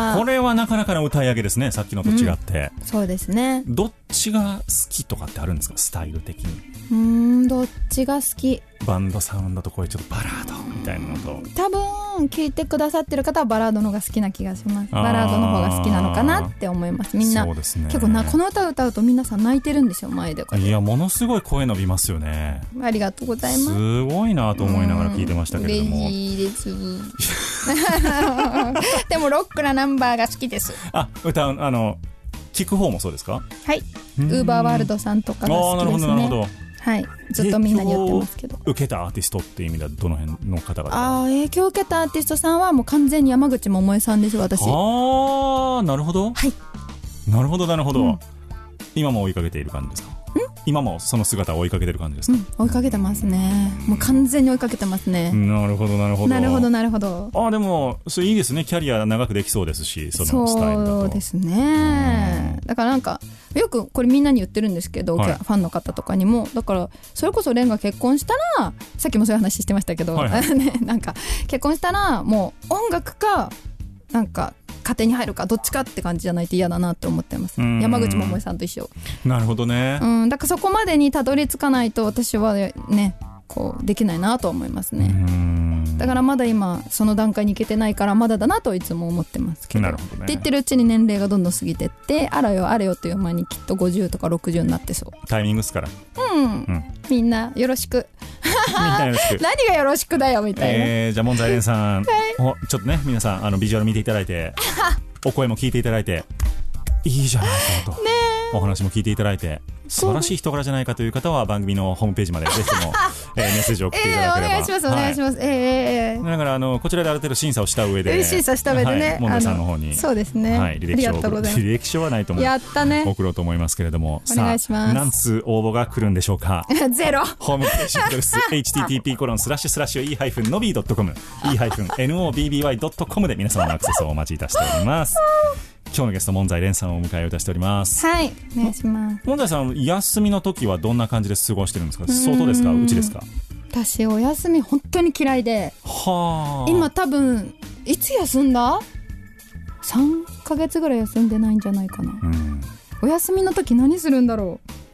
これはなかなかの歌い上げですね、さっきのと違って、 そうですね。 どっちが好きとかってあるんですか、スタイル的に。 どっちが好き。 バンドサウンドとこういうちょっとバラードみたいなのと、 多分聞いてくださってる方はバラードの方が好きな気がします。バラードの方が好きなのかなって思います。みんな、そうですね、結構この歌を歌うと皆さん泣いてるんですよ、前で。 いや、ものすごい声伸びますよね。 ありがとうございます。 すごいなと思いながら聞いてましたけれども。 嬉しいですでもロックなナンバーが好きです。 歌う聞く方もそうですか。はい、 ウーバーワールドさんとかが好きですね。 なるほどなるほど。 はい、ずっとみんなに言ってますけど。 受けたアーティストっていう意味ではどの辺の方々。 影響を受けたアーティストさんはもう完全に山口百恵さんです、私。 なるほど。はい。なるほどなるほど、今も追いかけている感じですか。今もその姿を追いかけてる感じですか。 追いかけてますね。もう完全に追いかけてますね。 なるほどなるほど。 なるほどなるほど。 でもそれいいですね。キャリア長くできそうですし、そのスタイルだと。 そうですね。だからなんかよくこれみんなに言ってるんですけど、ファンの方とかにも。だからそれこそレンが結婚したら、さっきもそういう話してましたけど、なんか結婚したらもう音楽かなんか家庭に入るかどっちかって感じじゃないと嫌だなって思ってます。山口百恵さんと一緒。 なるほどね。 だからそこまでにたどり着かないと私はねこうできないなと思いますね。だからまだ今その段階に行けてないからまだだなといつも思ってますけど。なるほどね。って言ってるうちに年齢がどんどん過ぎてって、あれよあれよっていう間にきっと50とか60になってそう。 タイミングですから。 みんなよろしく。 みんなよろしく。 何がよろしくだよみたいな。 じゃあ門前連さん、ちょっとね皆さんビジュアル見ていただいてお声も聞いていただいて、いいじゃないかと、お話も聞いていただいて、素晴らしい人柄じゃないかという方は番組のホームページまでぜひとも、メッセージを送っていただければ。お願いしますお願いします。だからこちらである程度審査をした上で、審査した上でね、門田さんの方にそうですね、履歴書はないと思う、やったね、送ろうと思いますけれども、お願いします。何通応募が来るんでしょうか。ゼロ。ホームページです。http://e-nobby.com e-nobby.com で皆様のアクセスをお待ちいたしております。今日のゲスト門前連さんをお迎えをいたしております。はい、お願いします。門前さん、休みの時はどんな感じで過ごしてるんですか。外ですか、うちですか。私お休み本当に嫌いで、今多分いつ休んだ3ヶ月ぐらい休んでないんじゃないかな。お休みの時何するんだろう。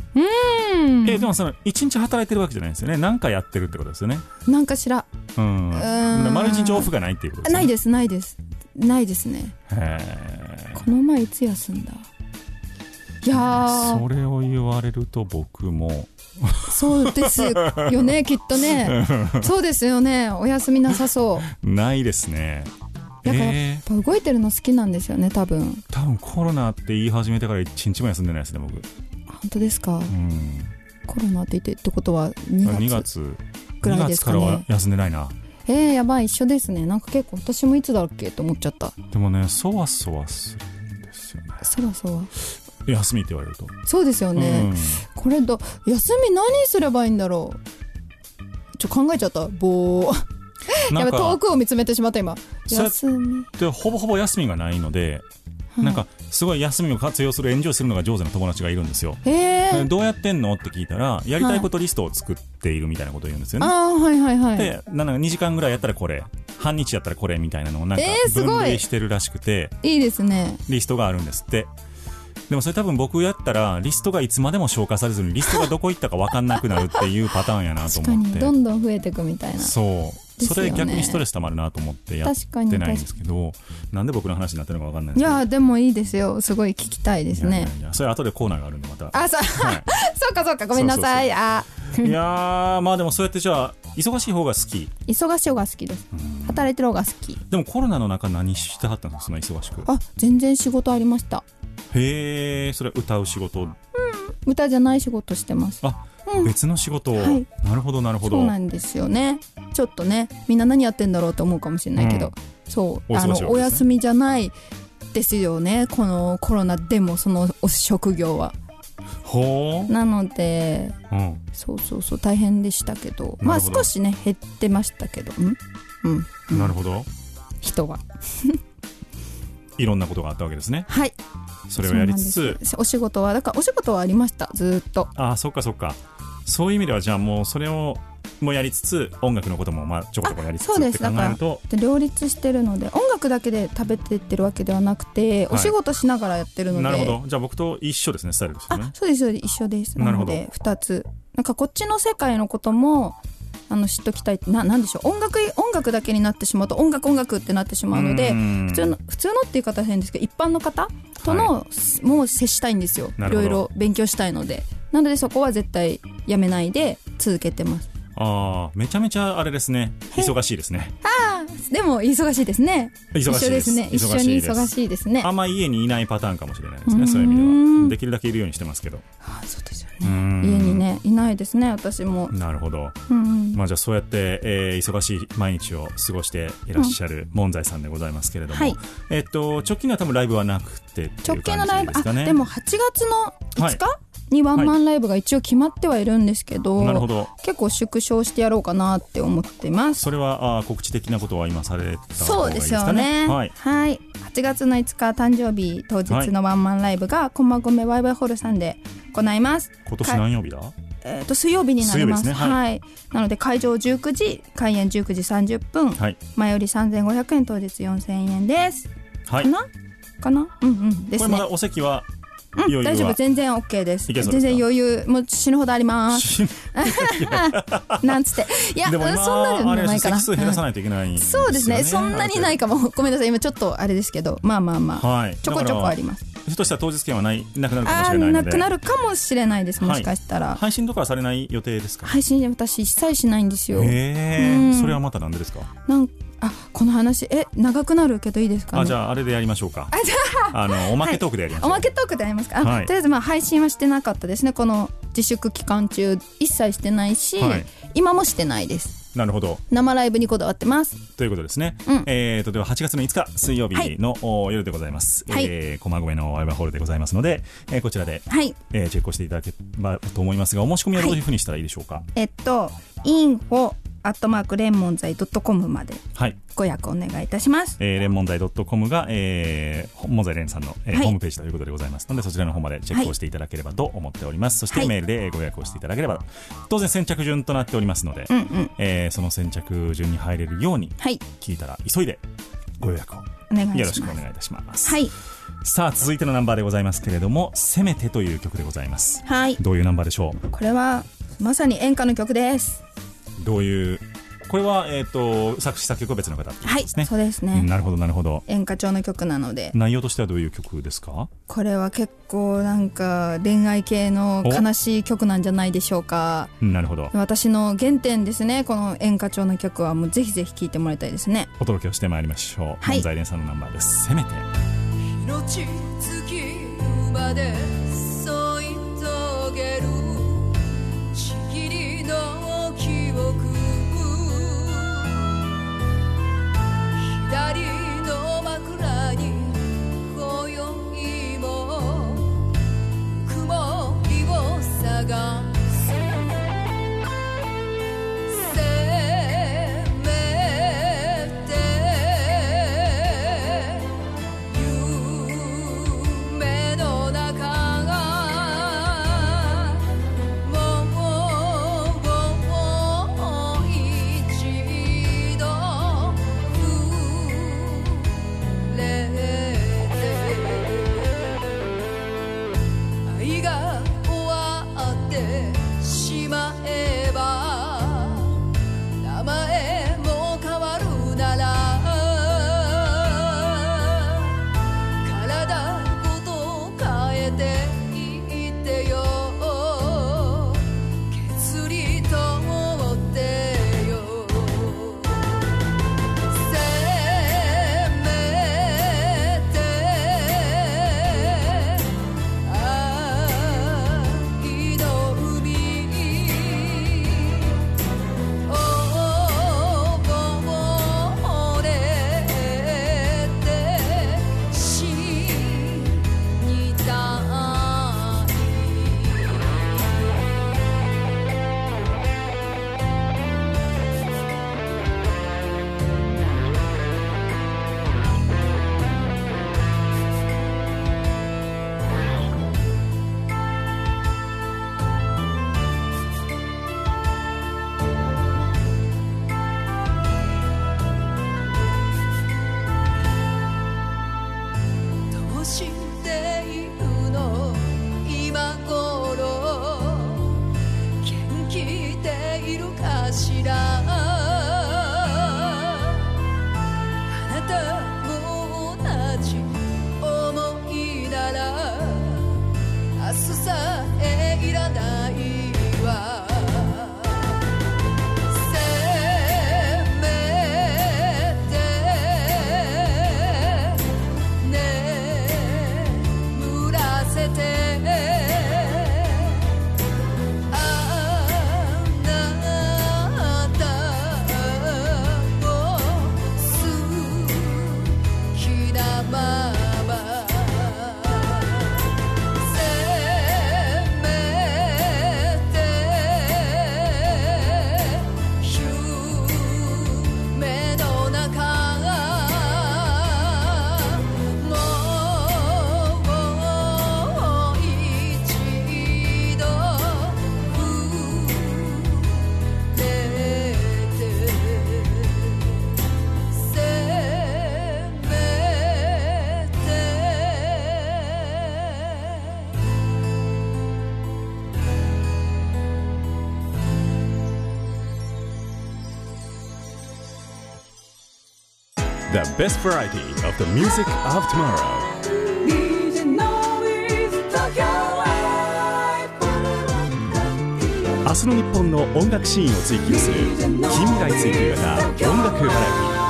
でもその1日働いてるわけじゃないんですよね。何かやってるってことですよね。 なんかしら丸1日オフがないっていうことですね。 ないですね。この前いつ休んだ。いやそれを言われると僕もそうですよねきっとねそうですよね。お休みなさそうないですね。 やっぱ動いてるの好きなんですよね多分コロナって言い始めてから1日も休んでないですね僕。 本当ですか。コロナって言ってってことは2月ぐらいですかね。 2月からは休んでないな。 やばい一緒ですね。なんか結構私もいつだっけと思っちゃった。 でもねそわそわするんですよね。 そわそわ休みって言われるとそうですよね、これ休み何すればいいんだろう。考えちゃったぼーやっぱ遠くを見つめてしまった今。休みでほぼほぼ休みがないので、なんかすごい休みを活用するエンジョイするのが上手な友達がいるんですよ。どうやってんのって聞いたらやりたいことリストを作っているみたいなことを言うんですよね。でなんか2時間ぐらいやったらこれ半日やったらこれみたいなのをなんか分類してるらしくて、 いいですね。 リストがあるんですって。でもそれ多分僕やったらリストがいつまでも消化されずにリストがどこ行ったか分かんなくなるっていうパターンやなと思って確かにどんどん増えていくみたいな。 それ逆にストレス溜まるなと思ってやってないんですけど、なんで僕の話になってるのか分かんないですけど。 いやでもいいですよ。すごい聞きたいですね。 それ後でコーナーがあるんでまた。 そうかごめんなさい。いやまあでもそうやってじゃあ忙しい方が好き。 忙しい方が好きです。働いてる方が好き。 でもコロナの中何してはったんですかそんな忙しく。 全然仕事ありました。 へえ。それ歌う仕事。 歌じゃない仕事してます。 別の仕事、なるほどなるほど。 そうなんですよね。ちょっとねみんな何やってんだろうと思うかもしれないけど、そうお休みじゃないですよねこのコロナでもその職業は。なので、そう大変でしたけど、まあ少しね減ってましたけど、 なるほど。 人はいろんなことがあったわけですね。それをやりつつお仕事はありましたずっと。 そっかそういう意味ではじゃあもうそれをもやりつつ音楽のこともちょこちょこやりつつって考えると両立してるので音楽だけで食べてってるわけではなくて、お仕事しながらやってるので。なるほど。じゃあ僕と一緒ですねスタイルですよね。 そうです一緒です。なので2つなんかこっちの世界のことも知っときたいって。なんでしょう音楽だけになってしまうと音楽ってなってしまうので、普通のっていう方は変ですけど一般の方との、もう接したいんですよ。いろいろ勉強したいので。なのでそこは絶対やめないで続けてます。 めちゃめちゃあれですね忙しいですね。 でも忙しいですね。 一緒ですね。 一緒に忙しいですね。 あんま家にいないパターンかもしれないですね。そういう意味ではできるだけいるようにしてますけど。 そうですよね。家にねいないですね私も。なるほど。じゃあそうやって、忙しい毎日を過ごしていらっしゃる門財さんでございますけれども、直近の多分ライブはなくてっていう感じですかね。 でも8月の5日、にワンマンライブが一応決まってはいるんですけど、 なるほど。 結構縮小してやろうかなって思ってます。 それは告知的なことは今された方がいいですかね。 そうですよね。8月の5日誕生日当日のワンマンライブが駒込ワイワイホールさんで行います。 今年何曜日だ？ 水曜日になります。 ね。 なので会場19時開演19時30分、前より3500円当日4000円です。かなですね。 これまだお席は大丈夫全然 OK です。全然余裕もう死ぬほどありますなんつっていやでも今そんなのないかな。 席数減らさないといけないんですよね。 そうですねそんなにないかも。ごめんなさい今ちょっとあれですけどまあ、ちょこちょこあります。 ひょっとしたら当日券はなくなるかもしれないので。 なくなるかもしれないです。もしかしたら、 配信とかはされない予定ですか？ 配信私一切しないんですよ。 それはまたなんでですか？ この話長くなるけどいいですかね。 じゃああれでやりましょうか。おまけトークでやりましょう。 おまけトークでやりますか。とりあえず配信はしてなかったですね。この自粛期間中一切してないし、今もしてないです。 なるほど。 生ライブにこだわってますということですね。では8月の5日水曜日の夜でございます。駒込のワイワイホールでございますので、こちらでチェックをしていただければと思いますが、お申し込みはどういうふうにしたらいいでしょうか？ info@lemonzai.com までご予約お願いいたします。 レンモンザイ .com が、門財蓮さんの、ホームページということでございますので、そちらの方までチェックをしていただければと思っております。そしてメールでご予約をしていただければ、当然先着順となっておりますので、その先着順に入れるように、聞いたら急いでご予約をお願いします。 よろしくお願いいたします。 はい。 さあ続いてのナンバーでございますけれども、せめてという曲でございます。 はい。 どういうナンバーでしょう。 これはまさに演歌の曲です。 どういうこれは、作詞作曲は別の方ってことですね。 はい、そうですね、 なるほどなるほど。 演歌調の曲なので。 内容としてはどういう曲ですか。 これは結構なんか恋愛系の悲しい曲なんじゃないでしょうか。 なるほど。 私の原点ですね。この演歌調の曲はもうぜひぜひ聴いてもらいたいですね。 お届けをしてまいりましょう。門財蓮さんのナンバーです。せめて。 命尽きるまで添い遂げるちぎりの記憶、左の枕に今宵も曇りを探す、せめて夢の中もう一度愛が終わってしまえば名前も変わるなら体ごと変えていってよ、削り取ってよ、どうしているの今頃、元気でいるかしら、あなたも同じ思いなら明日さえいらないわ、 The best variety of the music of tomorrow. DJ Noise Tokyo Live。 明日の日本の音楽シーンを追求する近未来追求型音楽バラエティ。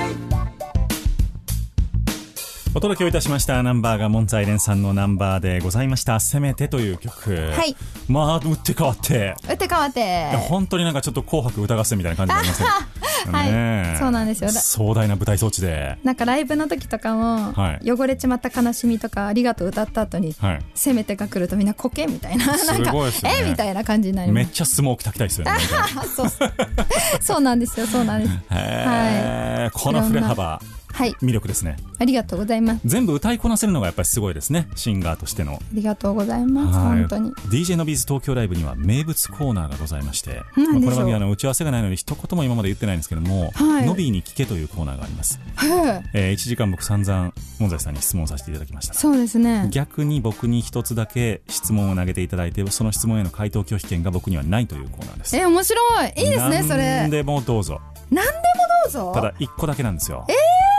お届けをいたしましたナンバーが門財蓮さんのナンバーでございました。せめてという曲。 はい。 まあ打って変わって本当になんかちょっと紅白歌合戦みたいな感じになりますね。 はい、そうなんですよ。 壮大な舞台装置でなんかライブの時とかも、はい、汚れちまった悲しみとかありがとう歌った後に、はい、せめてが来るとみんなコケみたいな、なんかみたいな感じになります。 めっちゃスモーク焚きたいですよね。そうそうなんですよ、そうなんです。 はい、この振れ幅魅力ですね。 ありがとうございます。 全部歌いこなせるのがやっぱりすごいですね、シンガーとしての。 ありがとうございます。本当に DJ のビーズ東京ライブには名物コーナーがございまして、こ何でしょう。 の番組は打ち合わせがないので一言も今まで言ってないんですけども、ノビーに聞けというコーナーがあります。1時間僕散々門財さんに質問させていただきました。 そうですね。 逆に僕に一つだけ質問を投げていただいて、その質問への回答拒否権が僕にはないというコーナーです。 面白い。いいですね、それ。 何でもどうぞ。 何でもどうぞ。 ただ1個だけなんですよ。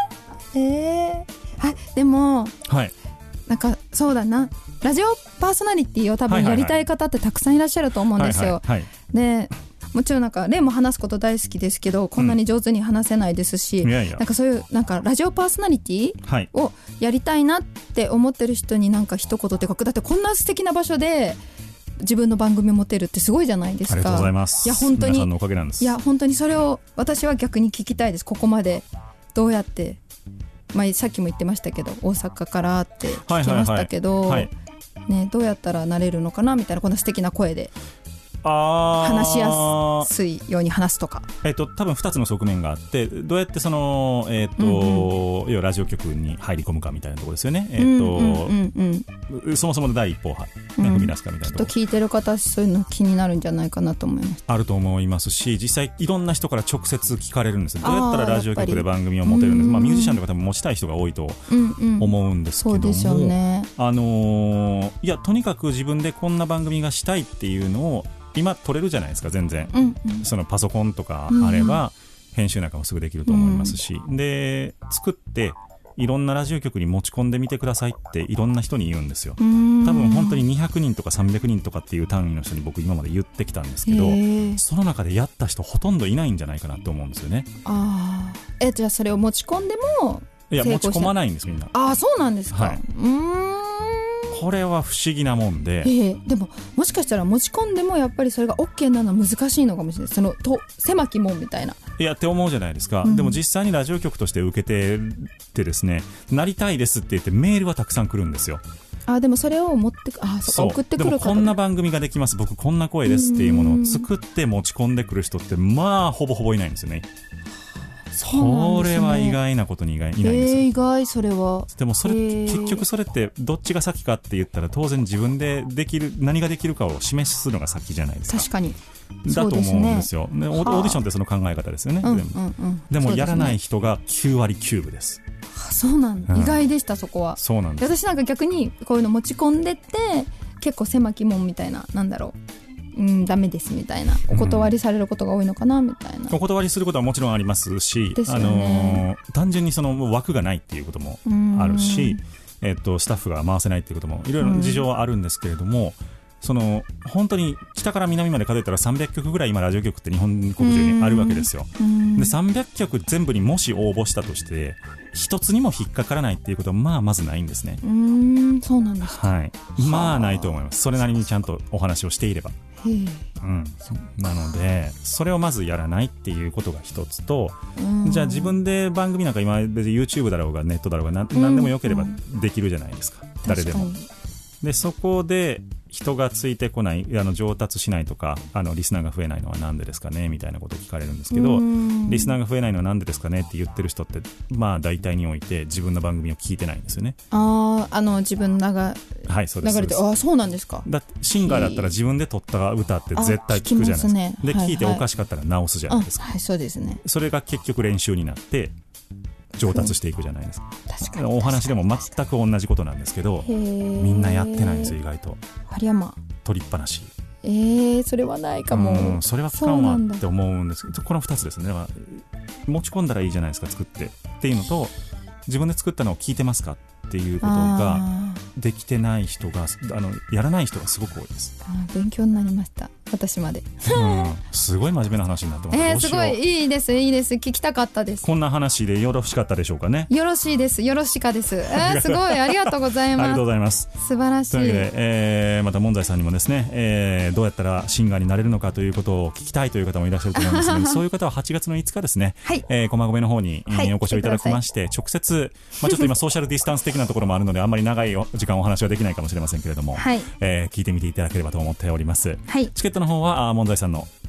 でも、 はい、 なんかそうだな、ラジオパーソナリティを多分やりたい方ってたくさんいらっしゃると思うんですよ。でもちろんなんかレイも話すこと大好きですけど、こんなに上手に話せないですし、なんかそういうなんかラジオパーソナリティをやりたいなって思ってる人になんか一言ってか、だってこんな素敵な場所で自分の番組を持てるってすごいじゃないですか。 ありがとうございます。 いや本当に皆さんのおかげなんです。 いや本当にそれを私は逆に聞きたいです。ここまでどうやって、さっきも言ってましたけど大阪からって聞きましたけど、どうやったらなれるのかなみたいな、こんな素敵な声で話しやすいように話すとか、 多分2つの側面があって、どうやってその、要はラジオ局に入り込むかみたいなところですよね。そもそもの第一歩を、踏み出すかみたいなところ、 きっと聞いてる方そういうの気になるんじゃないかなと思います。 あると思いますし、実際いろんな人から直接聞かれるんですよ。どうやったらラジオ局で番組を持てるんですか。ミュージシャンとか多分持ちたい人が多いと思うんですけども、 そうでしょうね。 いやとにかく自分でこんな番組がしたいっていうのを今撮れるじゃないですか。全然、そのパソコンとかあれば、編集なんかもすぐできると思いますし、で作っていろんなラジオ局に持ち込んでみてくださいっていろんな人に言うんですよ。多分本当に200人とか300人とかっていう単位の人に僕今まで言ってきたんですけど、その中でやった人ほとんどいないんじゃないかなと思うんですよね。 じゃあそれを持ち込んでもいや持ち込まないんですみんな。 そうなんですか。 これは不思議なもんで、 でももしかしたら持ち込んでもやっぱりそれが OK なのは難しいのかもしれない。その狭き門みたいな。 いやって思うじゃないですか。でも実際にラジオ局として受けててですね、なりたいですって言ってメールはたくさん来るんですよ。 でもそれを持って送ってくる方、 でもこんな番組ができます、僕こんな声ですっていうものを作って持ち込んでくる人ってほぼほぼいないんですよね。これは意外なことにいないんですよ。 意外。それはでもそれ結局それってどっちが先かって言ったら、当然自分でできる何ができるかを示すのが先じゃないですか。 確かにだと思うんですよ。オーディションってその考え方ですよね。でもやらない人が9割9分です。 そうなんだ。意外でした。そこはそうなんです。 私なんか逆にこういうの持ち込んでって結構狭き門みたいな、なんだろう、ダメですみたいなお断りされることが多いのかなみたいな。 お断りすることはもちろんありますし、単純にその枠がないっていうこともあるし、スタッフが回せないっていうこともいろいろ事情はあるんですけれども、その本当に北から南まで数えたら300曲ぐらい今ラジオ局って日本国中にあるわけですよ。で300曲全部にもし応募したとして一つにも引っかからないっていうことはまずないんですね。 そうなんですか。 ないと思います。それなりにちゃんとお話をしていれば。なのでそれをまずやらないっていうことが一つと、じゃあ自分で番組なんか今別に YouTube だろうがネットだろうが何でもよければできるじゃないですか。誰でも。でそこで人がついてこない、上達しないとかリスナーが増えないのはなんでですかねみたいなことを聞かれるんですけど、リスナーが増えないのはなんでですかねって言ってる人って大体において自分の番組を聞いてないんですよね。 自分の流れてそうなんですか。 だってシンガーだったら自分で撮った歌って絶対聞くじゃないですか。で聞いておかしかったら直すじゃないですか。 そうですね。 それが結局練習になって上達していくじゃないですか。確かにお話でも全く同じことなんですけど、みんなやってないんですよ。意外と取りっぱなし。 それはないかも。 それは不可能って思うんですけど、この2つですね。持ち込んだらいいじゃないですか、作ってっていうのと、自分で作ったのを聞いてますかっていうことができてない人がやらない人がすごく多いです。 勉強になりました。私まで、 すごい真面目な話になってます。 すごいいいです聞きたかったです。 こんな話でよろしかったでしょうかね。 よろしいです。よろしかです。すごいありがとうございます。 ありがとうございます。 素晴らしい。 というわけで、また門財さんにもですね、どうやったらシンガーになれるのかということを聞きたいという方もいらっしゃると思いますのでそういう方は8月の5日ですね、駒込の方に、お越しをいただきまして、直接、ちょっと今ソーシャルディスタンス的なところもあるのであんまり長い時間お話はできないかもしれませんけれども、聞いてみていただければと思っております。チケットの方は門財さんの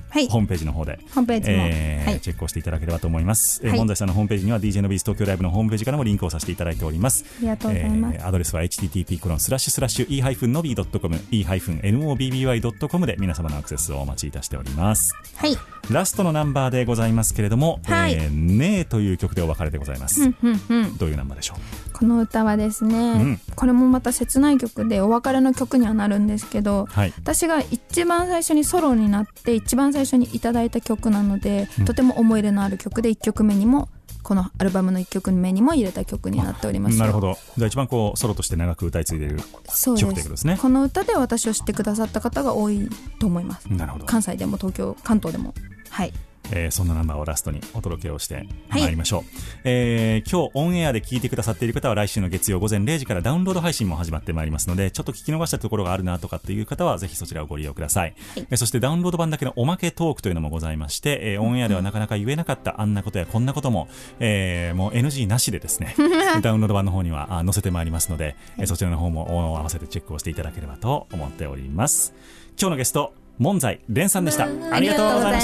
はい、 ホームページの方でホームページも、 チェックをしていただければと思います。 はい、 門財さんのホームページには DJ のビーズ東京ライブのホームページからもリンクをさせていただいております。 ありがとうございます。 アドレスは http://e-nobby.com e-nobby.com で皆様のアクセスをお待ちいたしております。 はい、 ラストのナンバーでございますけれども、 はい、 ねえという曲でお別れでございます。どういうナンバーでしょう。 この歌はですね、これもまた切ない曲でお別れの曲にはなるんですけど、 はい、 私が一番最初にソロになって一番最初にいただいた曲なので、とても思い入れのある曲で1曲目にもこのアルバムの1曲目にも入れた曲になっております。 なるほど。じゃあ一番こうソロとして長く歌い継いでいる曲ということですね。 この歌で私を知ってくださった方が多いと思います。 なるほど。 関西でも東京、関東でも。はい、 そんなナンバーをラストにお届けをしてまいりましょう。今日オンエアで聞いてくださっている方は来週の月曜午前0時からダウンロード配信も始まってまいりますので、ちょっと聞き逃したところがあるなとかっていう方はぜひそちらをご利用ください。はい、そしてダウンロード版だけのおまけトークというのもございまして、オンエアではなかなか言えなかったあんなことやこんなことも、もう NG なしでですねダウンロード版の方には載せてまいりますので、そちらの方も合わせてチェックをしていただければと思っております。今日のゲスト門財蓮さんでした。ありがとうございました。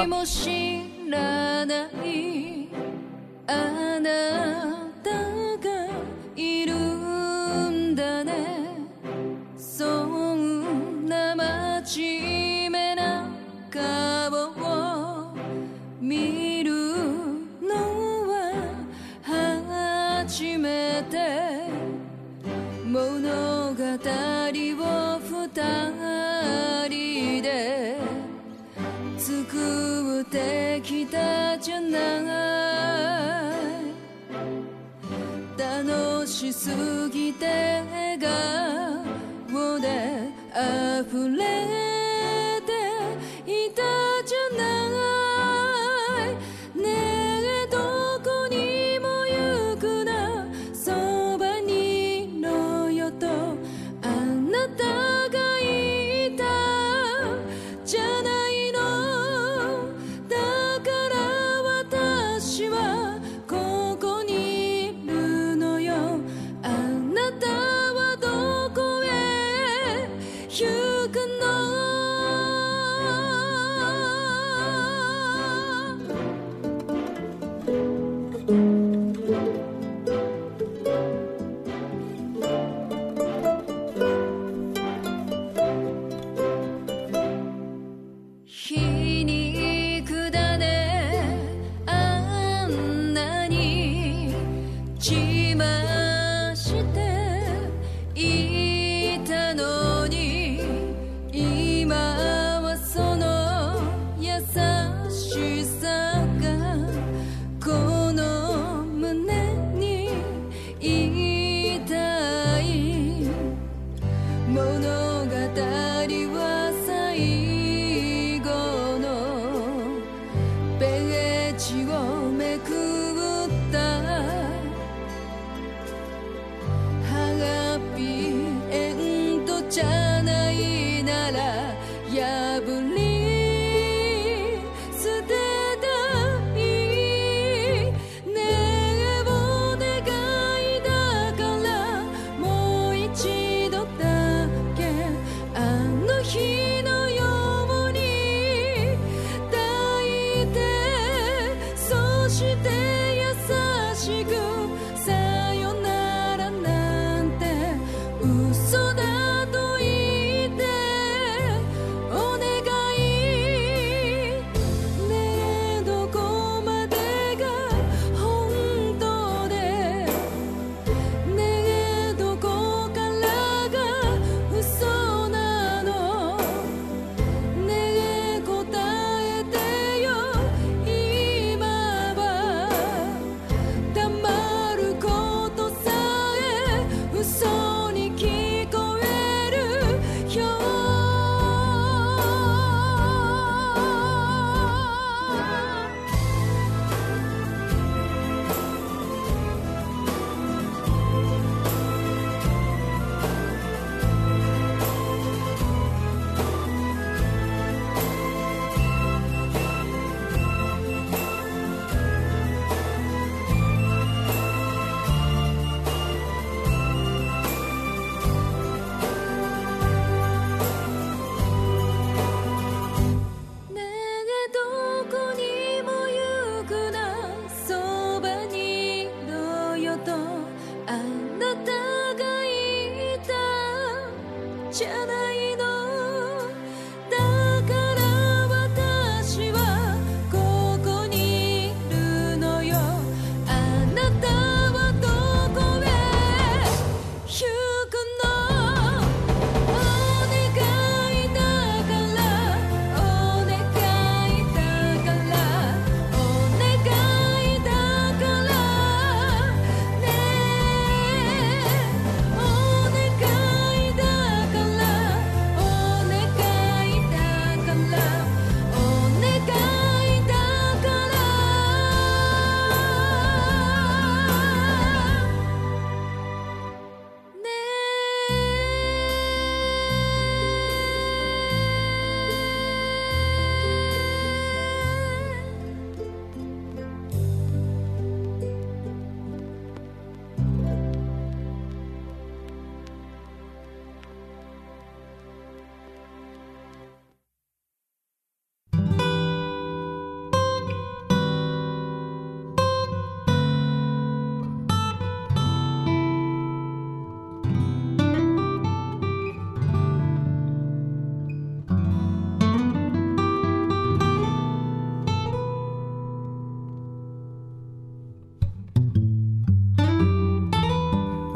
も知らないあなたがいるんだね。そんな真面目な顔を見るのは初めて。物語を二人で作ってきたじゃない。楽しすぎて笑顔で溢れていたじゃない。ねえどこにも行くな、そばにいろよとあなたが言ったじゃないの。だから私はここにいるのよ。あなたはどこへ行くの。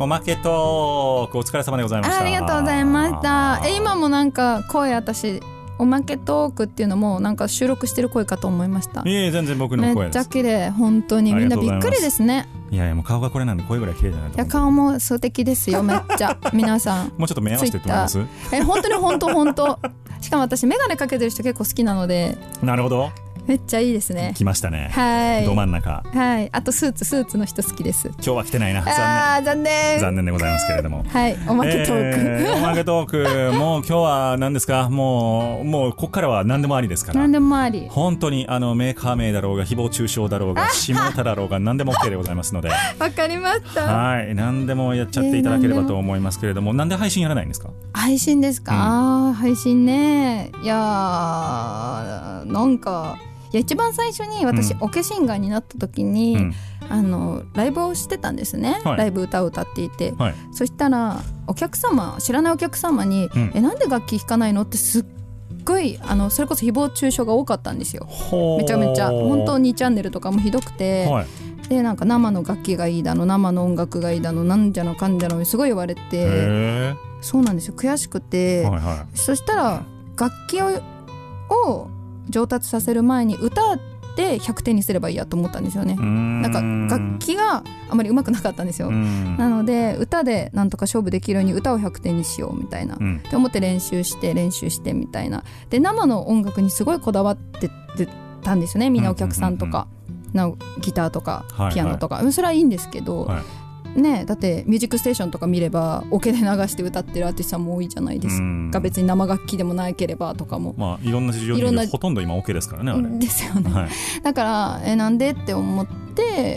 おまけトークお疲れ様でございました。 ありがとうございました。今もなんか声私おまけトークっていうのもなんか収録してる声かと思いました。 いえ全然僕の声です。 めっちゃ綺麗本当にみんなびっくりですね。 いやいやもう顔がこれなんで声ぐらい綺麗じゃないと。 いや顔も素敵ですよめっちゃ皆さんもうちょっと目合わせてってもらいます？ 本当に本当しかも私メガネかけてる人結構好きなので。 なるほどめっちゃいいですね。 来ましたね。 はいど真ん中。 はい。あとスーツの人好きです。 今日は来てないな。 残念でございますけれども。 はい。おまけトーク。 おまけトーク。もう今日は何ですか。もうここからは何でもありですから。 何でもあり。 本当にメーカー名だろうが誹謗中傷だろうが下ネタだろうが何でも OK でございますので。 わかりました。 はい。何でもやっちゃっていただければと思いますけれども、なんで配信やらないんですか？ 配信ですか？配信ね。いやなんか。いや一番最初に私、オケシンガーになった時に、ライブをしてたんですね、ライブ歌を歌っていて、そしたら知らないお客様に、なんで楽器弾かないのってすっごいそれこそ誹謗中傷が多かったんですよ。めちゃめちゃ本当2チャンネルとかもひどくて、でなんか生の楽器がいいだの生の音楽がいいだのなんじゃのかんじゃのすごい言われて、そうなんですよ悔しくて、そしたら楽器を上達させる前に歌で100点にすればいいやと思ったんですよね。なんか楽器があまり上手くなかったんですよ。なので歌でなんとか勝負できるように歌を100点にしようみたいな、って思って練習してみたいな。で生の音楽にすごいこだわってたんですよねみんなお客さんとか、ギターとかピアノとか、それはいいんですけど、ね、だってミュージックステーションとか見ればオケで流して歌ってるアーティストさんも多いじゃないですか。別に生楽器でもなければとかも、 いろんな事情にほとんど今オケですからねあれですよね、だからなんでって思って、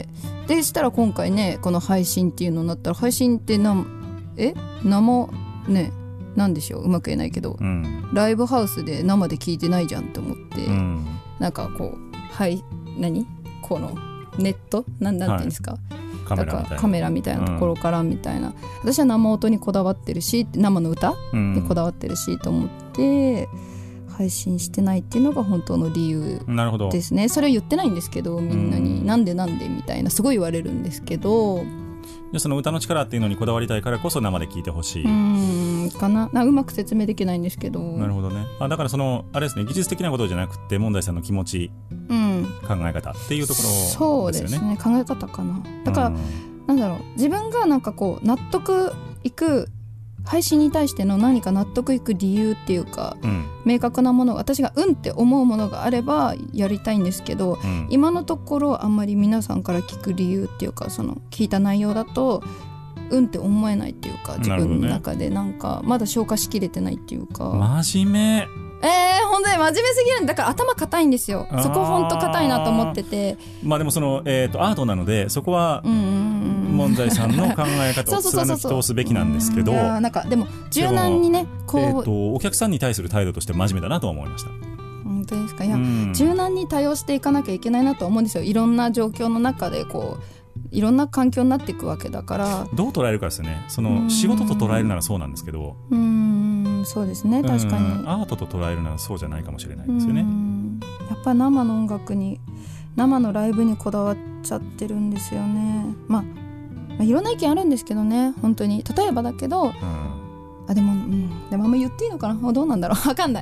でしたら今回ねこの配信っていうのになったら、配信って生ねなんでしょううまく言えないけど、ライブハウスで生で聞いてないじゃんって思って、なんかこうこのネットなんていうんですか、カメラみたいなところからみたいな、私は生音にこだわってるし生の歌にこだわってるしと思って配信してないっていうのが本当の理由ですね。それは言ってないんですけどみんなになんでみたいなすごい言われるんですけど、 その歌の力っていうのにこだわりたいからこそ生で聴いてほしいかな。うまく説明できないんですけど。 なるほどね。だからあれですね、技術的なことじゃなくて問題さんの気持ち、考え方っていうところですよね。 そうですね、考え方かな。だから、なんだろう、自分がなんかこう納得いく配信に対しての何か納得いく理由っていうか、明確なもの、私がって思うものがあればやりたいんですけど、今のところあんまり皆さんから聞く理由っていうか、その聞いた内容だとって思えないっていうか、自分の中でなんかまだ消化しきれてないっていうか。 真面目。 本当に真面目すぎるんだから頭固いんですよ。そこ本当固いなと思ってて、でもアートなのでそこは門財さんの考え方を貫き通すべきなんですけど、 なんかでも柔軟にねお客さんに対する態度として真面目だなとは思いました。 本当ですか？いや、柔軟に対応していかなきゃいけないなと思うんですよ。いろんな状況の中でいろんな環境になっていくわけだから、 どう捉えるかですよね。仕事と捉えるならそうなんですけど、 そうですね、確かにアートと捉えるならそうじゃないかもしれないですよね。 やっぱ生の音楽に生のライブにこだわっちゃってるんですよね。いろんな意見あるんですけどね、本当に。例えばだけど、でもあんま言っていいのかな、どうなんだろう、分かんない。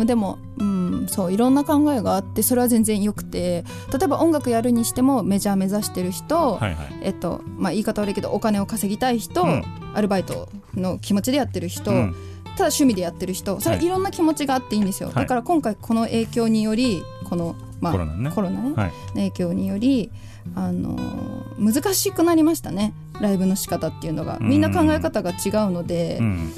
でもそういろんな考えがあって、それは全然よくて、例えば音楽やるにしてもメジャー目指してる人、言い方悪いけどお金を稼ぎたい人、アルバイトの気持ちでやってる人、ただ趣味でやってる人、それいろんな気持ちがあっていいんですよ。だから今回この影響により、コロナね、影響により難しくなりましたね、ライブの仕方っていうのが。みんな考え方が違うので、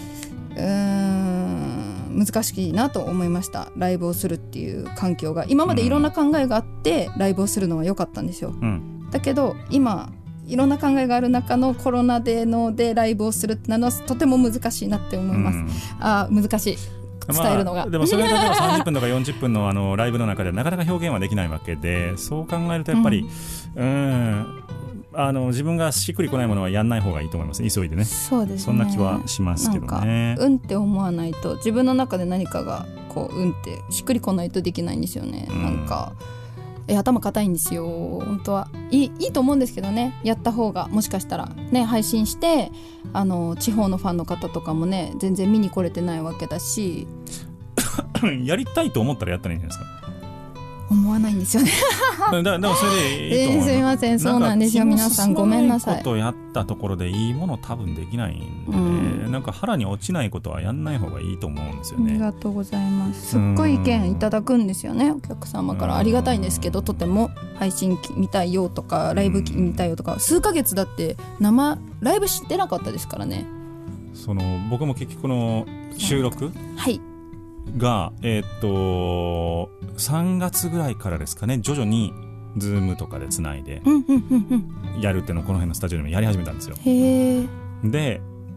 難しいなと思いました。ライブをするっていう環境が、今までいろんな考えがあってライブをするのは良かったんですよ。だけど今いろんな考えがある中のコロナでライブをするってのはとても難しいなって思います。難しい、伝えるのが、 でもそれが例えば30分とか40分のライブの中でなかなか表現はできないわけで、そう考えるとやっぱり、自分がしっくりこないものはやんない方がいいと思います。急いでね。そうですね、そんな気はしますけどね。 なんかって思わないと、自分の中で何かがってしっくりこないとできないんですよね。なんか頭固いんですよ本当はいいと思うんですけどね、やった方がもしかしたらね配信して地方のファンの方とかもね全然見に来れてないわけだしやりたいと思ったらやったらいいんじゃないですか。 思わないんですよねだからそれでいいと思う。 すいません、そうなんですよ。皆さんごめんなさい。 ことやったところでいいもの多分できないんで、なんか腹に落ちないことはやんない方がいいと思うんですよね。 ありがとうございます。すっごい意見いただくんですよね、お客様から。ありがたいんですけど、とても配信見たいよとかライブ見たいよとか、数ヶ月だって生ライブ知ってなかったですからね。 僕も結局この収録はいが3月ぐらいからですかね、徐々にズームとかでつないでやるっていうのをこの辺のスタジオでもやり始めたんですよ。 へー。 で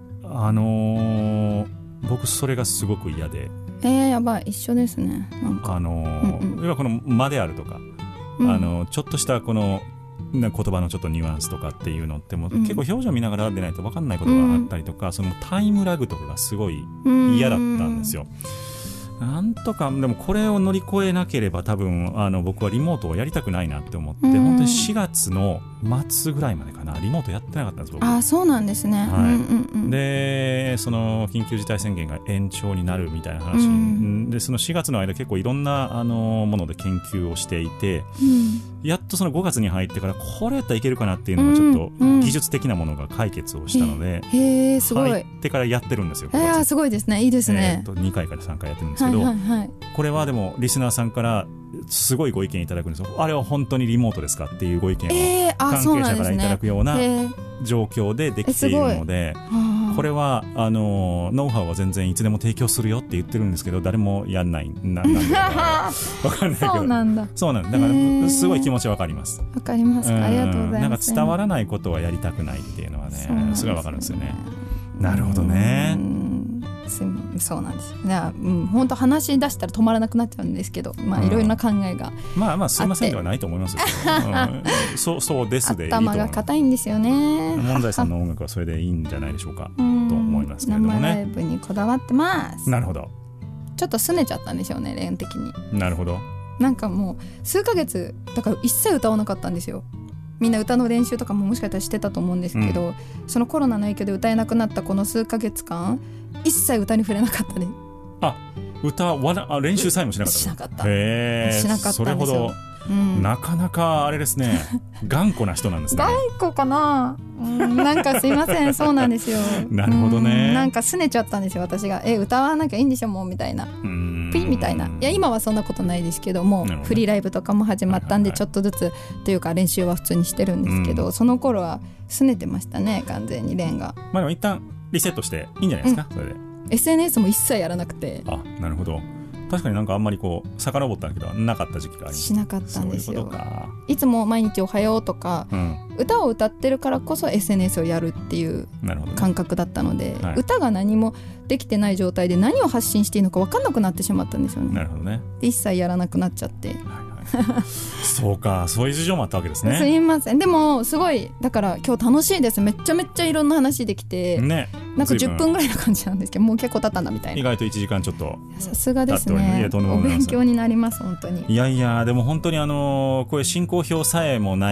僕それがすごく嫌で、 やばい、一緒ですね。なんか要はこの間であるとか、ちょっとしたこの言葉のちょっとニュアンスとかっていうのってもう結構表情見ながらでないと分かんないことがあったりとか、そのタイムラグとかがすごい嫌だったんですよ。なんとかでもこれを乗り越えなければ多分僕はリモートをやりたくないなって思って、本当に4月の末ぐらいまでかなリモートやってなかったんです僕。 あ、そうなんですね。 でその緊急事態宣言が延長になるみたいな話、でその4月の間結構いろんなもので研究をしていて、やっとその5月に入ってからこれやったらいけるかなっていうのがちょっと技術的なものが解決をしたので、 すごい入ってからやってるんですよ。 すごいですね。いいですね。 2回から3回やってるんですけど、これはでもリスナーさんからすごいご意見いただくんですよ。あれは本当にリモートですかっていうご意見を関係者からいただくような状況でできているので、これはノウハウは全然いつでも提供するよって言ってるんですけど、誰もやんないなんで分かんないけど、 そうなんだ。 そうなんだからすごい気持ちわかります。 わかりますか。ありがとうございます。 なんか伝わらないことはやりたくないっていうのはね、すごいわかるんですよね。なるほどね。 そうなんですよ。本当話し出したら止まらなくなっちゃうんですけど、いろいろな考えがまあすいませんではないと思いますよ。そうですでいいと思う。 頭が硬いんですよね。 門財さんの音楽はそれでいいんじゃないでしょうかと思いますけれどもね。 生ライブにこだわってます。 なるほど。 ちょっと拗ねちゃったんでしょうね、連的に。 なるほど。 なんかもう数ヶ月だから一切歌わなかったんですよ。みんな歌の練習とかももしかしたらしてたと思うんですけど、そのコロナの影響で歌えなくなったこの数ヶ月間一切歌に触れなかったね。 練習さえもしなかった。 しなかった。 しなかったんですよ。それほど、なかなかあれですね頑固な人なんですね。 頑固かな、なんかすいませんそうなんですよ。 なるほどね。 なんか拗ねちゃったんですよ私が。歌わなきゃいいんでしょもうみたいな、ピみたいな。いや今はそんなことないですけども、フリーライブとかも始まったんでちょっとずつというか練習は普通にしてるんですけど、その頃は拗ねてましたね完全にレンが。 でも一旦リセットしていいんじゃないですか、それで。 SNS も一切やらなくて。 なるほど。確かになんかあんまりこう遡ったけどなかった時期があります。 しなかったんですよ。 そういうことか。 いつも毎日おはようとか、歌を歌ってるからこそ SNS をやるっていう感覚だったので、歌が何もできてない状態で何を発信していいのか分かんなくなってしまったんですよね。 なるほどね。 で一切やらなくなっちゃって、 そうか、そういう事情もあったわけですね。 すいません。でもすごいだから今日楽しいです。めっちゃいろんな話できて、なんか10分ぐらいな感じなんですけど、もう結構経ったんだみたいな。 意外と1時間ちょっと。 さすがですね。お勉強になります本当に。 いやでも本当にこういう進行表さえもない、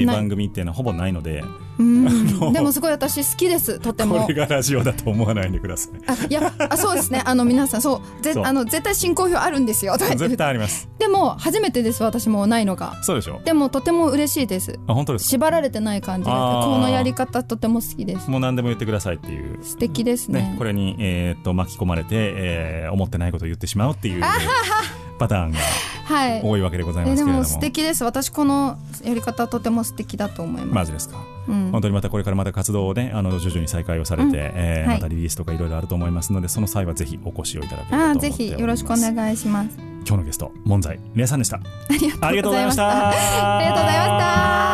番組っていうのはほぼないので、 でもすごい私好きです。とても。 これがラジオだと思わないでください。 いやそうですね。皆さん絶対進行表あるんですよ。 絶対あります。 でも初めてです私もないのが。 そうでしょ。 でもとても嬉しいです。 本当ですか。 縛られてない感じで、このやり方とても好きです。 もう何でも言ってくださいっていう。 素敵ですね。 これに巻き込まれて、思ってないことを言ってしまうっていうパターンが多いわけでございますけれども。 でも素敵です。私このやり方とても素敵だと思います。 マジですか。本当にまたこれからまた活動をね徐々に再開をされて、またリリースとかいろいろあると思いますので、その際はぜひお越しをいただければと思っております。 ぜひよろしくお願いします。 今日のゲスト門財玲さんでした。 ありがとうございました。ありがとうございました。